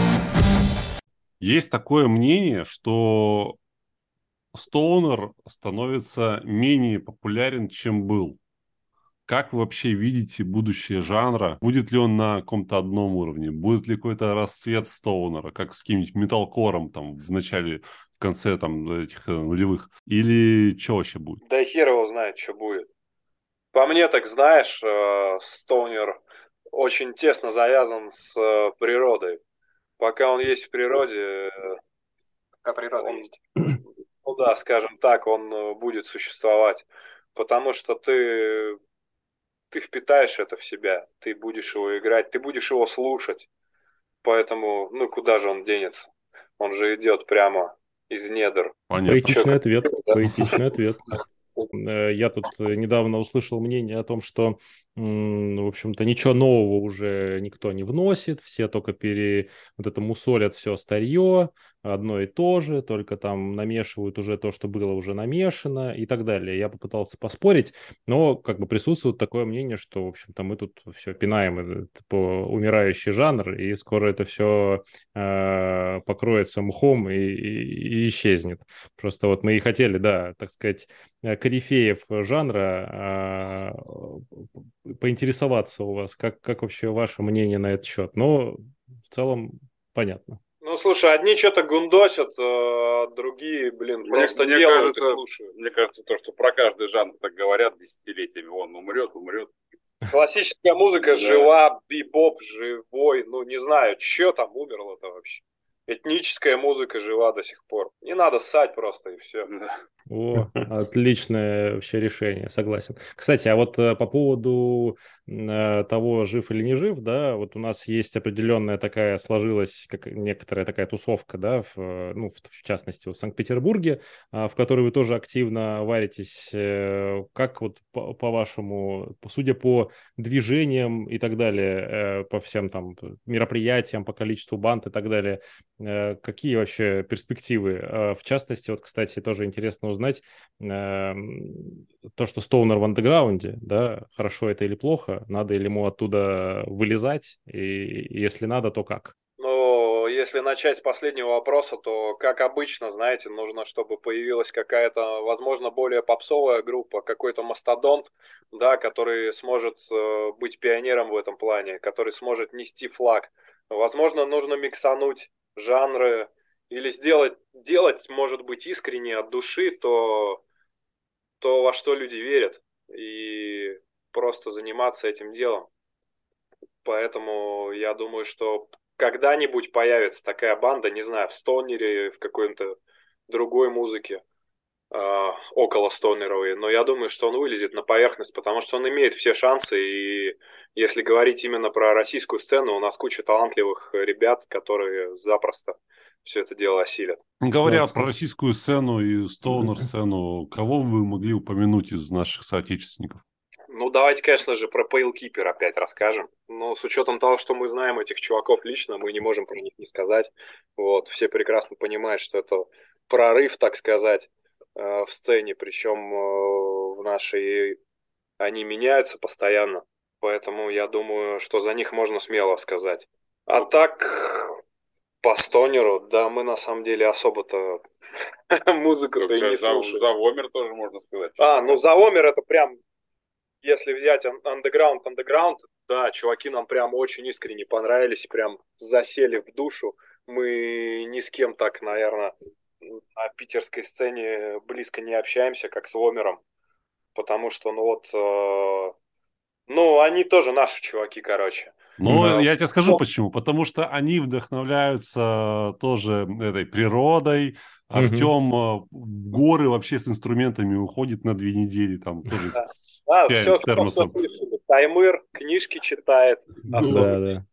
Speaker 1: Есть такое мнение, что Стоунер становится менее популярен, чем был. Как вы вообще видите будущее жанра? Будет ли он на каком-то одном уровне? Будет ли какой-то расцвет Стоунера, как с каким-нибудь металкором там в начале, в конце там этих нулевых? Или что вообще будет?
Speaker 3: Да хер его знает, что будет. По мне, так знаешь, Стоунер очень тесно завязан с природой. Пока он есть в природе,
Speaker 4: пока природа
Speaker 3: он,
Speaker 4: есть.
Speaker 3: ну да, скажем так, он будет существовать. потому что ты впитаешь это в себя, ты будешь его играть, ты будешь его слушать. Поэтому, ну, куда же он денется? Он же идет прямо из недр.
Speaker 1: Понятно.
Speaker 2: Поэтичный ответ. Поэтичный ответ. Я тут недавно услышал мнение о том, что, в общем-то, ничего нового уже никто не вносит, все только вот это мусолят все старье, одно и то же, только там намешивают уже то, что было уже намешано и так далее. Я попытался поспорить, но как бы присутствует такое мнение, что, в общем-то, мы тут все пинаем этот умирающий жанр, и скоро это все покроется мхом и исчезнет. Просто вот мы и хотели, да, так сказать, корифеев жанра поинтересоваться у вас, как вообще ваше мнение на этот счет. Но в целом понятно.
Speaker 3: Ну, слушай, одни что-то гундосят, а другие, блин, просто делают и слушают.
Speaker 5: Мне кажется, то, что про каждый жанр так говорят десятилетиями, он умрет.
Speaker 3: Классическая музыка жива, бибоп живой, ну, не знаю, что там умерло-то вообще. Этническая музыка жива до сих пор. Не надо ссать просто, и все.
Speaker 2: О, отличное вообще решение, согласен. Кстати, а вот по поводу того, жив или не жив, да, вот у нас есть определенная такая, сложилась как некоторая такая тусовка, да, в частности, в Санкт-Петербурге, в которой вы тоже активно варитесь. Как вот по-вашему, судя по движениям и так далее, по всем там мероприятиям, по количеству банд и так далее, какие вообще перспективы? В частности, вот, кстати, тоже интересно узнать то, что Стоунер в андеграунде, да, хорошо это или плохо, надо ли ему оттуда вылезать, и если надо, то как?
Speaker 3: Ну, если начать с последнего вопроса, то, как обычно, знаете, нужно, чтобы появилась какая-то, возможно, более попсовая группа, какой-то мастодонт, да, который сможет быть пионером в этом плане, который сможет нести флаг. Возможно, нужно миксануть жанры или делать, может быть, искренне от души то, во что люди верят, и просто заниматься этим делом. Поэтому я думаю, что когда-нибудь появится такая банда, не знаю, в стонере, в какой-то другой музыке, около стонеровой, но я думаю, что он вылезет на поверхность, потому что он имеет все шансы, и если говорить именно про российскую сцену, у нас куча талантливых ребят, которые запросто все это дело осилят.
Speaker 1: Говоря про российскую сцену и стоунер-сцену, кого вы могли упомянуть из наших соотечественников?
Speaker 3: Ну, давайте, конечно же, про Palekeeper опять расскажем. Но с учетом того, что мы знаем этих чуваков лично, мы не можем про них не сказать. Вот, все прекрасно понимают, что это прорыв, так сказать, в сцене, причем в нашей они меняются постоянно, поэтому я думаю, что за них можно смело сказать. А так, по стонеру, да, мы на самом деле особо-то музыку-то и не слушаем.
Speaker 5: За Вомер тоже можно сказать.
Speaker 3: Ну за Вомер это прям, если взять андеграунд, да, чуваки нам прям очень искренне понравились, прям засели в душу. Мы ни с кем так, наверное, на питерской сцене близко не общаемся, как с Вомером, потому что, они тоже наши чуваки, короче.
Speaker 1: Я тебе скажу почему. Потому что они вдохновляются тоже этой природой. Артем в горы вообще с инструментами уходит на 2 недели, там тоже с термосом.
Speaker 3: Таймыр книжки читает.
Speaker 2: Да.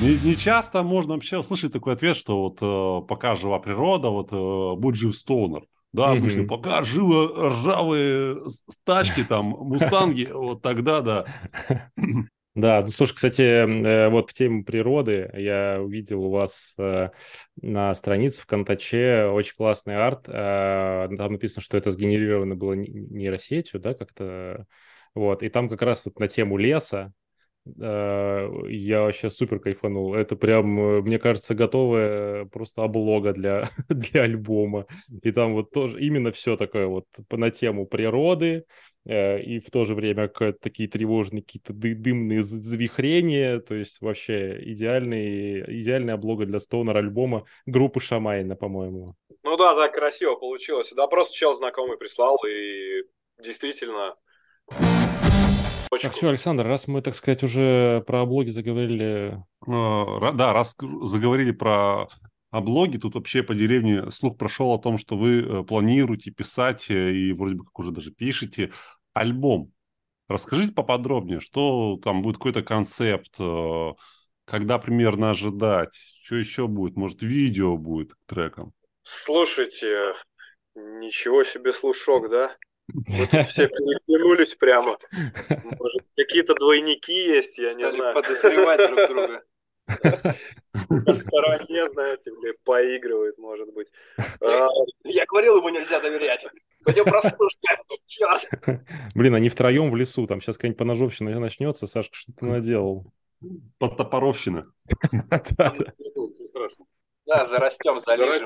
Speaker 1: Не часто можно вообще услышать такой ответ, что вот пока жива природа, будь жив Стоунер. Да, обычно, пока живы ржавые тачки, там, мустанги, вот тогда, да.
Speaker 2: Да, ну слушай, кстати, вот в тему природы я увидел у вас на странице в Контаче очень классный арт. Там написано, что это сгенерировано было нейросетью, да, как-то. Вот, и там как раз вот на тему леса я вообще супер кайфанул. Это прям, мне кажется, готовая просто облога для, для альбома. И там вот тоже именно все такое вот на тему природы, и в то же время такие тревожные какие-то дымные завихрения. То есть вообще идеальная облога для стоунер альбома группы Шамайна, по-моему.
Speaker 3: Ну да, так красиво получилось. Да, просто чел знакомый прислал, и действительно...
Speaker 2: Так что, Александр, раз мы, так сказать, уже про облоги заговорили...
Speaker 1: Да, раз заговорили про облоги, тут вообще по деревне слух прошел о том, что вы планируете писать, и вроде бы как уже даже пишете, альбом. Расскажите поподробнее, что там будет, какой-то концепт, когда примерно ожидать, что еще будет, может, видео будет к трекам?
Speaker 3: Слушайте, ничего себе слушок, да? Мы тут все переглянулись прямо. Может, какие-то двойники есть, я не знаю.
Speaker 4: Подозревать друг друга.
Speaker 3: На стороне, знаете, поигрывает, может быть.
Speaker 4: Я говорил, ему нельзя доверять. Пойдем прослушать. Черт.
Speaker 2: Блин, они втроем в лесу, там сейчас какая-нибудь поножовщина начнется, Сашка, что ты наделал?
Speaker 1: Подтопоровщина.
Speaker 4: Да, зарастем, залежем.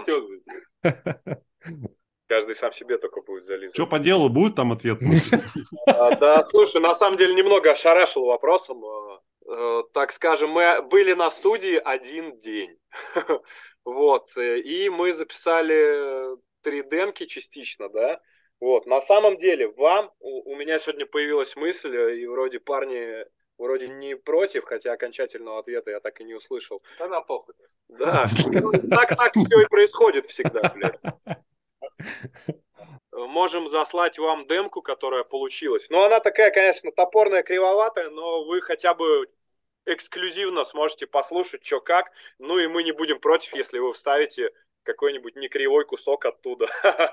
Speaker 3: Каждый сам себе только будет зализывать.
Speaker 1: Что по делу будет там ответ?
Speaker 3: Да, слушай, на самом деле немного ошарашил вопросом. Так скажем, мы были на студии один день. Вот, и мы записали 3 демки частично, да. Вот, на самом деле, у меня сегодня появилась мысль, и вроде парни вроде не против, хотя окончательного ответа я так и не услышал.
Speaker 4: Да нам похуй.
Speaker 3: Да, так все и происходит всегда, блядь. Можем заслать вам демку, которая получилась. Ну, она такая, конечно, топорная, кривоватая, но вы хотя бы эксклюзивно сможете послушать, что как. Ну, и мы не будем против, если вы вставите какой-нибудь некривой кусок оттуда.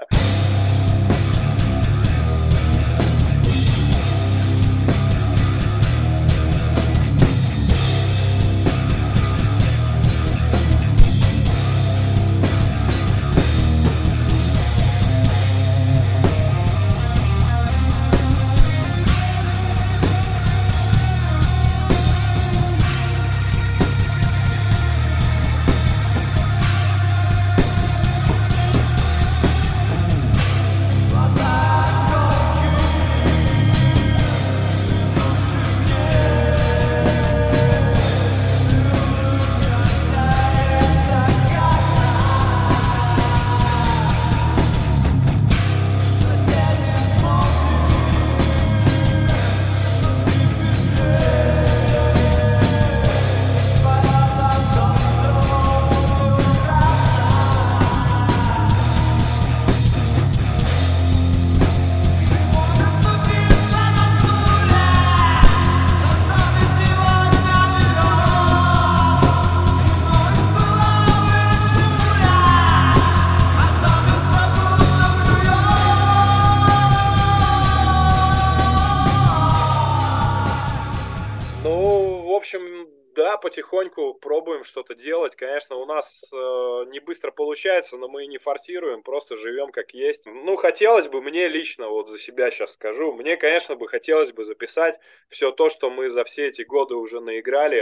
Speaker 3: Да, потихоньку пробуем что-то делать. Конечно, у нас не быстро получается, но мы не форсируем, просто живем как есть. Ну, хотелось бы, мне лично, вот за себя сейчас скажу, мне, конечно, бы хотелось бы записать все то, что мы за все эти годы уже наиграли,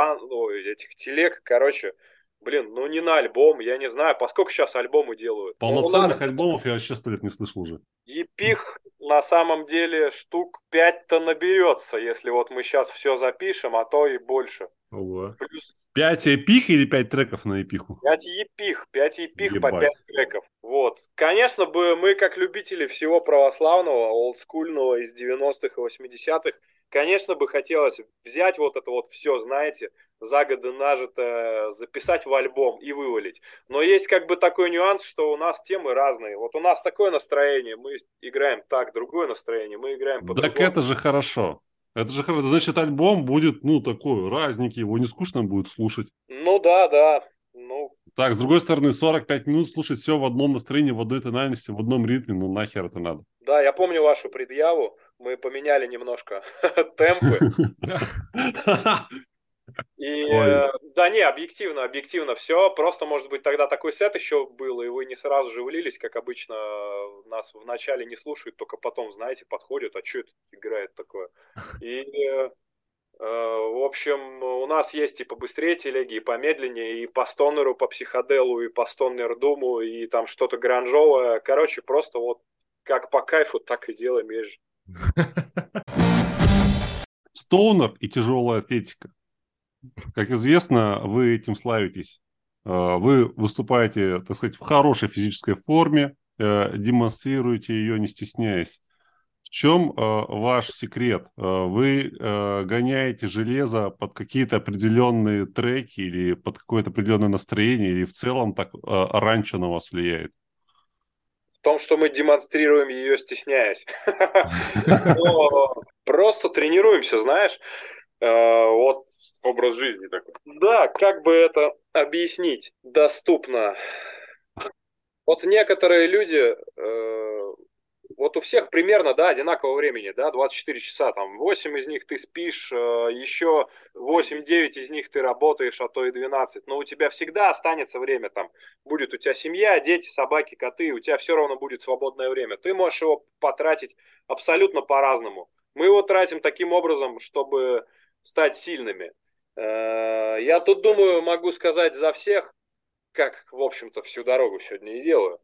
Speaker 3: этих телег, короче, блин, ну не на альбом, я не знаю, поскольку сейчас альбомы делают.
Speaker 1: Полноценных альбомов я вообще 100 лет не слышал уже.
Speaker 3: Епих на самом деле штук 5-то наберется, если вот мы сейчас все запишем, а то и больше.
Speaker 1: Ого. Плюс 5 эпих или 5 треков на эпиху?
Speaker 3: 5 епих по 5 треков. Вот. Конечно бы мы, как любители всего православного, олдскульного из 90-х и 80-х, конечно бы хотелось взять вот это вот все, знаете, за годы нажито, записать в альбом и вывалить. Но есть как бы такой нюанс, что у нас темы разные. Вот у нас такое настроение, мы играем так, другое настроение, мы играем по-другому.
Speaker 1: Так это же хорошо. Это же хорошо. Значит, альбом будет, ну, такой, разненький, его не скучно будет слушать.
Speaker 3: Ну да. Ну,
Speaker 1: Так, с другой стороны, 45 минут слушать все в одном настроении, в одной тональности, в одном ритме, ну нахер это надо.
Speaker 3: да, я помню вашу предъяву. Мы поменяли немножко темпы. И
Speaker 1: Ой.
Speaker 3: да не, объективно все. Просто, может быть, тогда такой сет еще был, и вы не сразу же влились, как обычно нас вначале не слушают, только потом, знаете, подходят, а что это играет такое? И, в общем, у нас есть и побыстрее телеги, и помедленнее, и по стонеру, по психоделу, и по стонер-думу, и там что-то гранжовое. Короче, просто вот как по кайфу, так и делаем.
Speaker 1: Стоунер и тяжелая атлетика. Как известно, вы этим славитесь. Вы выступаете, так сказать, в хорошей физической форме, демонстрируете ее, не стесняясь. В чем ваш секрет? Вы гоняете железо под какие-то определенные треки или под какое-то определенное настроение, или в целом так раньше на вас влияет?
Speaker 3: В том, что мы демонстрируем ее, стесняясь. Просто тренируемся, знаешь. Вот
Speaker 5: Образ жизни такой.
Speaker 3: да, как бы это объяснить доступно. Вот некоторые люди, вот у всех примерно, да, одинакового времени, да, 24 часа, там, 8 из них ты спишь, еще 8-9 из них ты работаешь, а то и 12, но у тебя всегда останется время, там, будет у тебя семья, дети, собаки, коты, у тебя все равно будет свободное время, ты можешь его потратить абсолютно по-разному. Мы его тратим таким образом, чтобы стать сильными. Я тут думаю, могу сказать за всех, как, в общем-то, всю дорогу сегодня и делаю.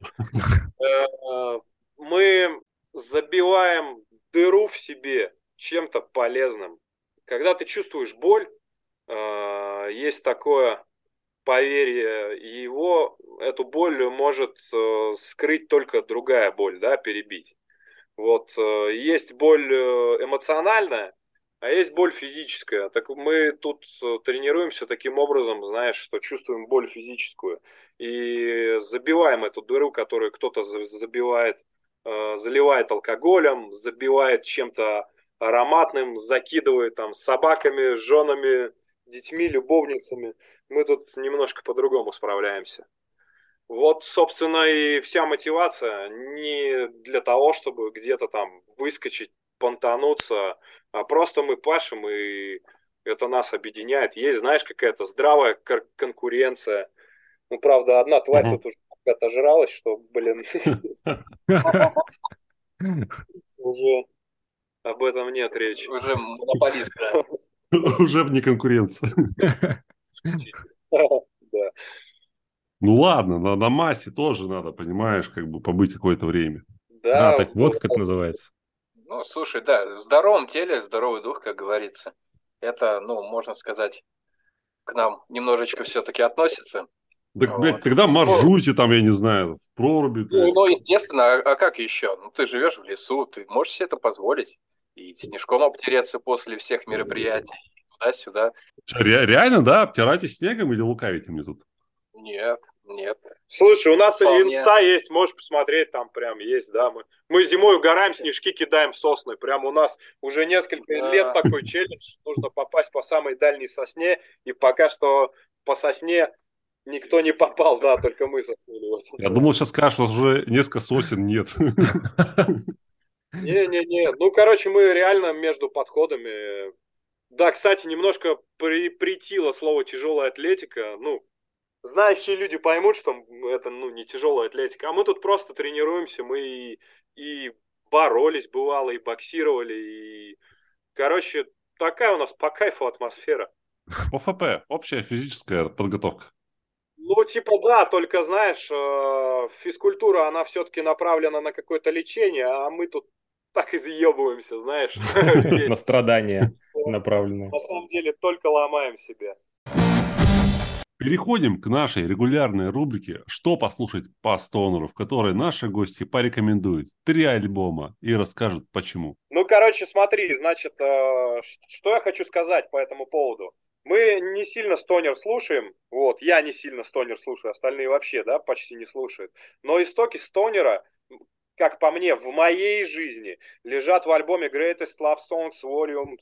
Speaker 3: Мы забиваем дыру в себе чем-то полезным. Когда ты чувствуешь боль, есть такое поверье, эту боль может скрыть только другая боль, да, перебить. Вот есть боль эмоциональная, а есть боль физическая. Так мы тут тренируемся таким образом, знаешь, что чувствуем боль физическую и забиваем эту дыру, которую кто-то забивает, заливает алкоголем, забивает чем-то ароматным, закидывает там собаками, женами, детьми, любовницами. Мы тут немножко по-другому справляемся. Вот, собственно, и вся мотивация не для того, чтобы где-то там выскочить, понтануться, а просто мы пашем, и это нас объединяет. Есть, знаешь, какая-то здравая конкуренция. Ну, правда, одна тварь
Speaker 2: Мгм.
Speaker 3: тут уже отожралась, что, блин, уже об этом нет речи.
Speaker 4: Уже монополист, да.
Speaker 1: Уже вне конкуренции.
Speaker 3: Да.
Speaker 1: Ну ладно, на массе тоже надо, понимаешь, как бы побыть какое-то время.
Speaker 2: А,
Speaker 3: Да,
Speaker 2: так вот как это называется.
Speaker 4: Ну, слушай, да, в здоровом теле здоровый дух, как говорится. Это, ну, можно сказать, к нам немножечко все-таки относится.
Speaker 1: Так, блядь,
Speaker 4: Вот.
Speaker 1: тогда
Speaker 4: Ну,
Speaker 1: маршруйте там, я не знаю, в проруби, блядь.
Speaker 4: ну, естественно, а как еще? Ну, ты живешь в лесу, ты можешь себе это позволить. И снежком обтереться после всех мероприятий, туда-сюда.
Speaker 1: Реально, да? Обтираете снегом или лукавите мне тут?
Speaker 4: Нет, нет.
Speaker 3: Слушай, у нас
Speaker 4: Вполне.
Speaker 3: инста есть, можешь посмотреть, там прям есть, да. Мы зимой угораем, снежки кидаем в сосны. Прям у нас уже несколько лет такой челлендж. Нужно попасть по самой дальней сосне. И пока что по сосне никто не попал, да, только мы соснули. Вот.
Speaker 1: Я думал, сейчас скажешь, у вас уже несколько сотен нет.
Speaker 3: Не-не-не. Ну, короче, мы реально между подходами. Да, кстати, немножко притило слово тяжелая атлетика. Ну, знающие люди поймут, что это, ну, не тяжелая атлетика, а мы тут просто тренируемся, мы и боролись, бывало, и боксировали, и, короче, такая у нас по кайфу атмосфера.
Speaker 1: ОФП, общая физическая подготовка.
Speaker 3: Ну, типа, да, только, знаешь, физкультура, она все-таки направлена на какое-то лечение, а мы тут так изъебываемся, знаешь.
Speaker 2: На страдания направленные.
Speaker 3: На самом деле только ломаем себя.
Speaker 1: Переходим к нашей регулярной рубрике «Что послушать по стонеру», в которой наши гости порекомендуют 3 альбома и расскажут почему.
Speaker 3: Ну, короче, смотри, значит, что я хочу сказать по этому поводу. Мы не сильно стонер слушаем, вот, я не сильно стонер слушаю, остальные вообще, да, почти не слушают. Но истоки стонера, как по мне, в моей жизни лежат в альбоме Greatest Love Songs Volume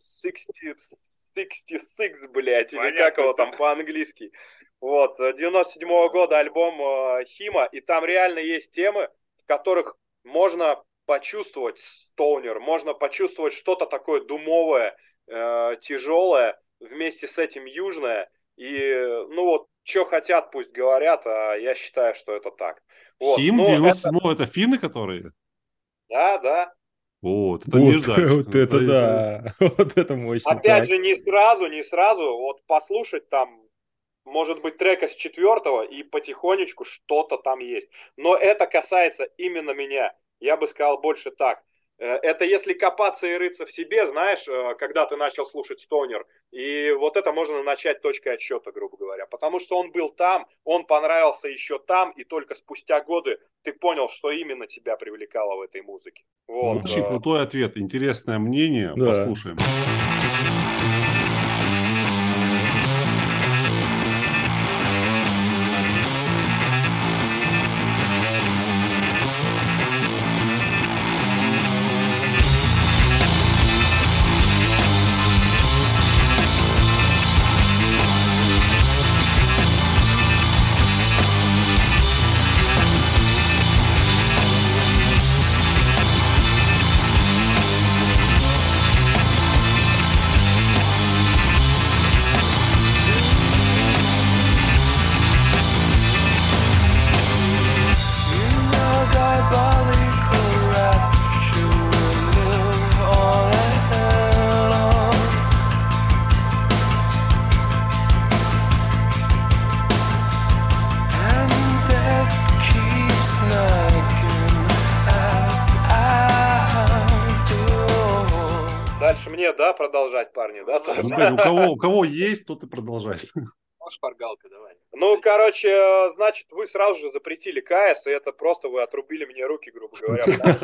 Speaker 3: 66, блядь, или как его там по-английски. Вот, 97-го года альбом Хима, и там реально есть темы, в которых можно почувствовать стоунер, можно почувствовать что-то такое думовое, тяжелое, вместе с этим южное. И, ну вот, что хотят, пусть говорят, а я считаю, что это так. Вот.
Speaker 1: Хим 97-го, это финны, которые?
Speaker 3: Да.
Speaker 1: Вот, это нежданчик.
Speaker 2: Вот это да, вот это мощно.
Speaker 3: Опять же, не сразу, вот послушать там, может быть, трека с 4-го, и потихонечку что-то там есть. Но это касается именно меня. Я бы сказал больше так. Это если копаться и рыться в себе, знаешь, когда ты начал слушать стонер, и вот это можно начать точкой отсчета, грубо говоря. Потому что он был там, он понравился еще там, и только спустя годы ты понял, что именно тебя привлекало в этой музыке. Вот.
Speaker 1: Очень крутой ответ, интересное мнение,
Speaker 2: Да.
Speaker 1: Послушаем.
Speaker 3: Дальше мне, да, продолжать, парни, да?
Speaker 1: У кого есть, тот и продолжает.
Speaker 4: Шпаргалка, давай.
Speaker 3: Ну, короче, значит, вы сразу же запретили КС, и это просто вы отрубили мне руки, грубо говоря.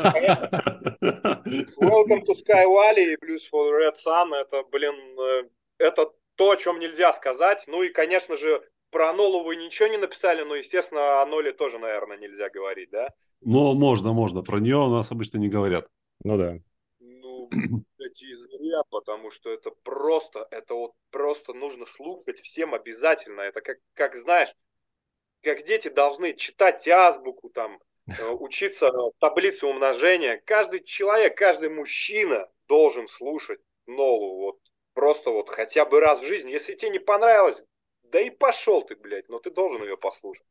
Speaker 3: Welcome to Sky Valley и Blues for Red Sun, это, блин, это то, о чем нельзя сказать. Ну и, конечно же, про Нолу вы ничего не написали, но, естественно, о Ноле тоже, наверное, нельзя говорить, да?
Speaker 1: Но можно. Про нее у нас обычно не говорят.
Speaker 2: Ну да.
Speaker 3: Ну, кстати, зря, потому что это вот просто нужно слушать всем обязательно. Это как знаешь, как дети должны читать азбуку, там, учиться таблице умножения. Каждый человек, каждый мужчина должен слушать Нолу. Вот просто вот хотя бы раз в жизни. Если тебе не понравилось, да и пошел ты, блядь, но ты должен ее послушать.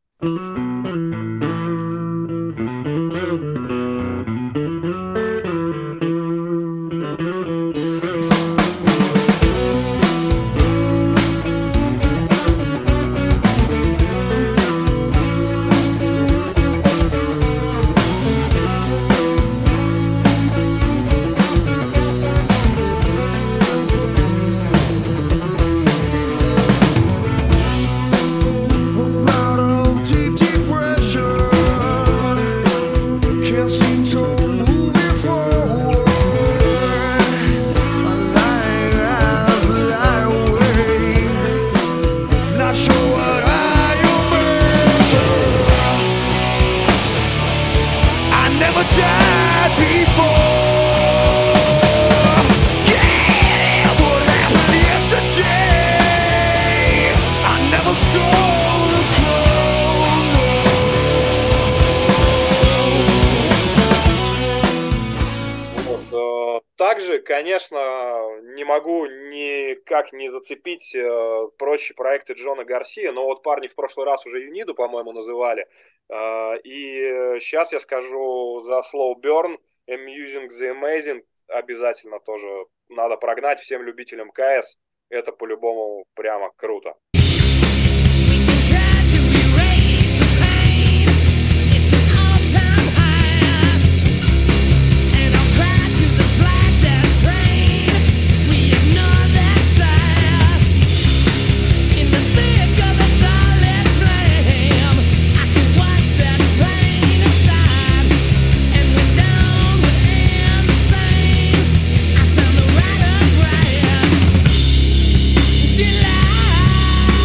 Speaker 3: Также, конечно, не могу никак не зацепить прочие проекты Джона Гарсия, но вот парни в прошлый раз уже Юниду, по-моему, называли. И сейчас я скажу за Slow Burn, Amusing the Amazing, обязательно тоже надо прогнать всем любителям КС. Это по-любому прямо круто.
Speaker 6: July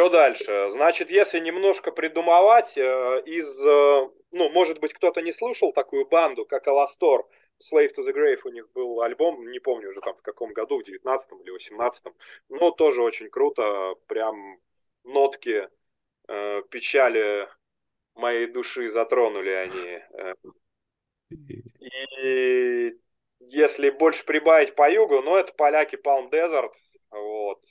Speaker 3: что дальше? Значит, если немножко придумывать, может быть, кто-то не слышал такую банду, как Alastor, Slave to the Grave, у них был альбом, не помню уже там в каком году, в 19-м или 18-м, но тоже очень круто, прям нотки печали моей души затронули они. И если больше прибавить по югу, это поляки Palm Desert, вот.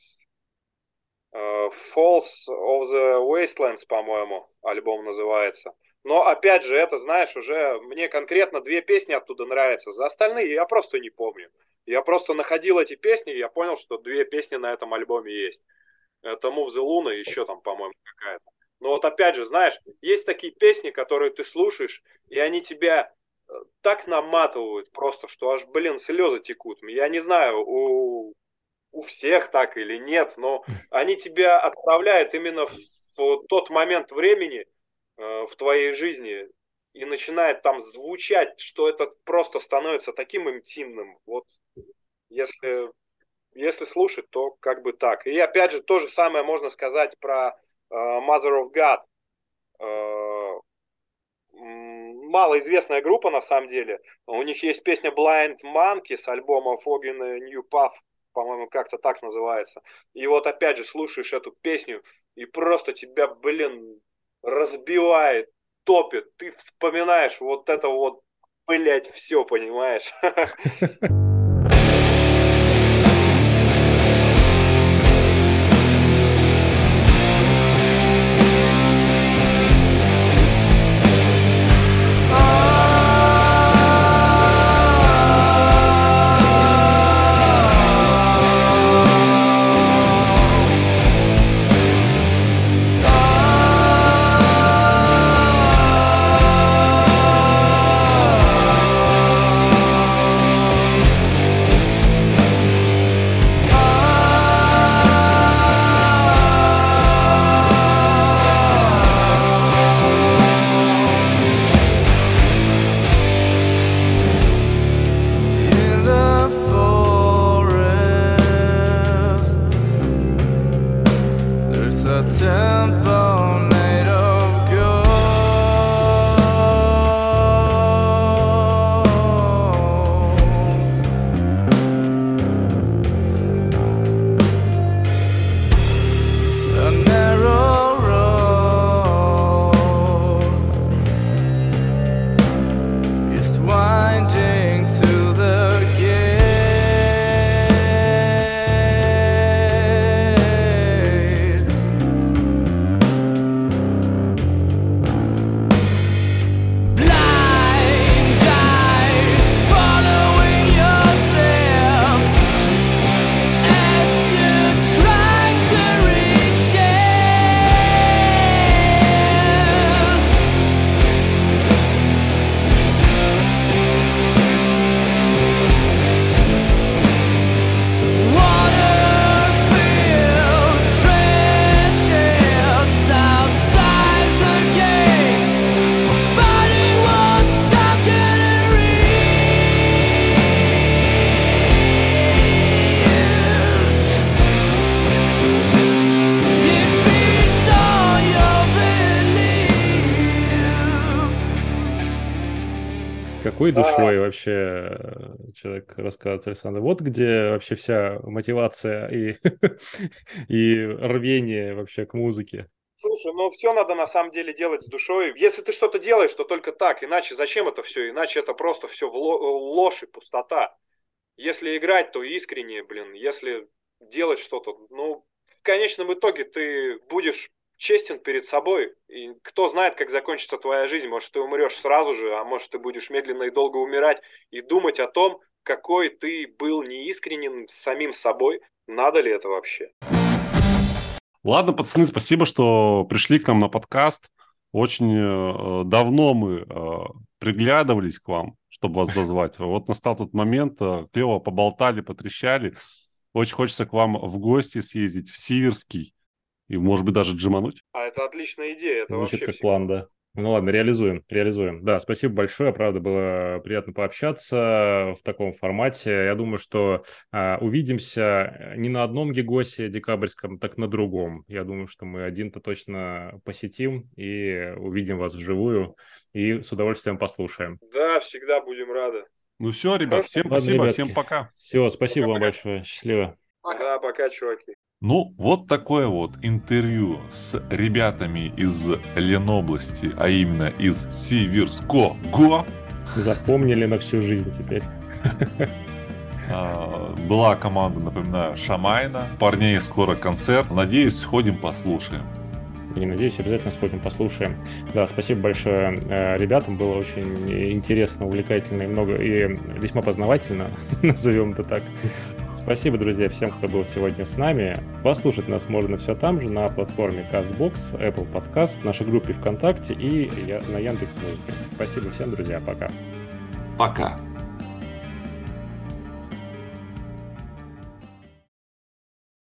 Speaker 3: Falls of the Wastelands, по-моему, альбом называется. Но, опять же, это, знаешь, уже мне конкретно 2 песни оттуда нравятся. За остальные я просто не помню. Я просто находил эти песни, и я понял, что 2 песни на этом альбоме есть. Это Move the Luna и еще там, по-моему, какая-то. Но вот опять же, знаешь, есть такие песни, которые ты слушаешь, и они тебя так наматывают просто, что аж, слезы текут. Я не знаю, у всех так или нет, но они тебя отправляют именно в тот момент времени в твоей жизни, и начинает там звучать, что это просто становится таким интимным. Вот если слушать, то как бы так. И опять же, то же самое можно сказать про Mother of God. Малоизвестная группа, на самом деле. У них есть песня Blind Monkey с альбома Fogging a New Path, по-моему, как-то так называется. И вот опять же слушаешь эту песню, и просто тебя, разбивает, топит. Ты вспоминаешь вот это вот, все, понимаешь?
Speaker 2: Какой душой вообще человек рассказывает, Александр? Вот где вообще вся мотивация и рвение вообще к музыке.
Speaker 3: Слушай, все надо на самом деле делать с душой. Если ты что-то делаешь, то только так. Иначе зачем это все? Иначе это просто все ложь и пустота. Если играть, то искренне, Если делать что-то, в конечном итоге ты будешь честен перед собой. И кто знает, как закончится твоя жизнь. Может, ты умрешь сразу же, а может, ты будешь медленно и долго умирать и думать о том, какой ты был неискренен с самим собой. Надо ли это вообще?
Speaker 1: Ладно, пацаны, спасибо, что пришли к нам на подкаст. Очень давно мы приглядывались к вам, чтобы вас зазвать. Вот настал тот момент, клево поболтали, потрещали. Очень хочется к вам в гости съездить в Сиверский и, может быть, даже джимануть.
Speaker 3: А это отличная идея. Это
Speaker 2: Звучит
Speaker 3: вообще
Speaker 2: как план, да. Ну ладно, реализуем. Да, спасибо большое, правда, было приятно пообщаться в таком формате. Я думаю, что увидимся не на одном гигосе декабрьском, так на другом. Я думаю, что мы один-то точно посетим и увидим вас вживую и с удовольствием послушаем.
Speaker 3: Да, всегда будем рады.
Speaker 1: Ну все, ребят, всем
Speaker 2: Ладно,
Speaker 1: спасибо,
Speaker 2: ребятки.
Speaker 1: всем пока.
Speaker 2: Все, спасибо вам
Speaker 3: Пока-пока.
Speaker 2: большое. Счастливо.
Speaker 3: Да, пока, чуваки.
Speaker 1: Ну, вот такое вот интервью с ребятами из Ленобласти, а именно из Северского.
Speaker 2: Запомнили на всю жизнь теперь.
Speaker 1: Была команда, напоминаю, Шамайна. Парней скоро концерт. Надеюсь, сходим послушаем.
Speaker 2: Не надеюсь, обязательно сходим, послушаем. Да, спасибо большое ребятам, было очень интересно, увлекательно и весьма познавательно, назовем это так. Спасибо, друзья, всем, кто был сегодня с нами. Послушать нас можно все там же, на платформе CastBox, Apple Podcast, нашей группе ВКонтакте и на Яндекс.Музыке. Спасибо всем, друзья, пока.
Speaker 1: Пока.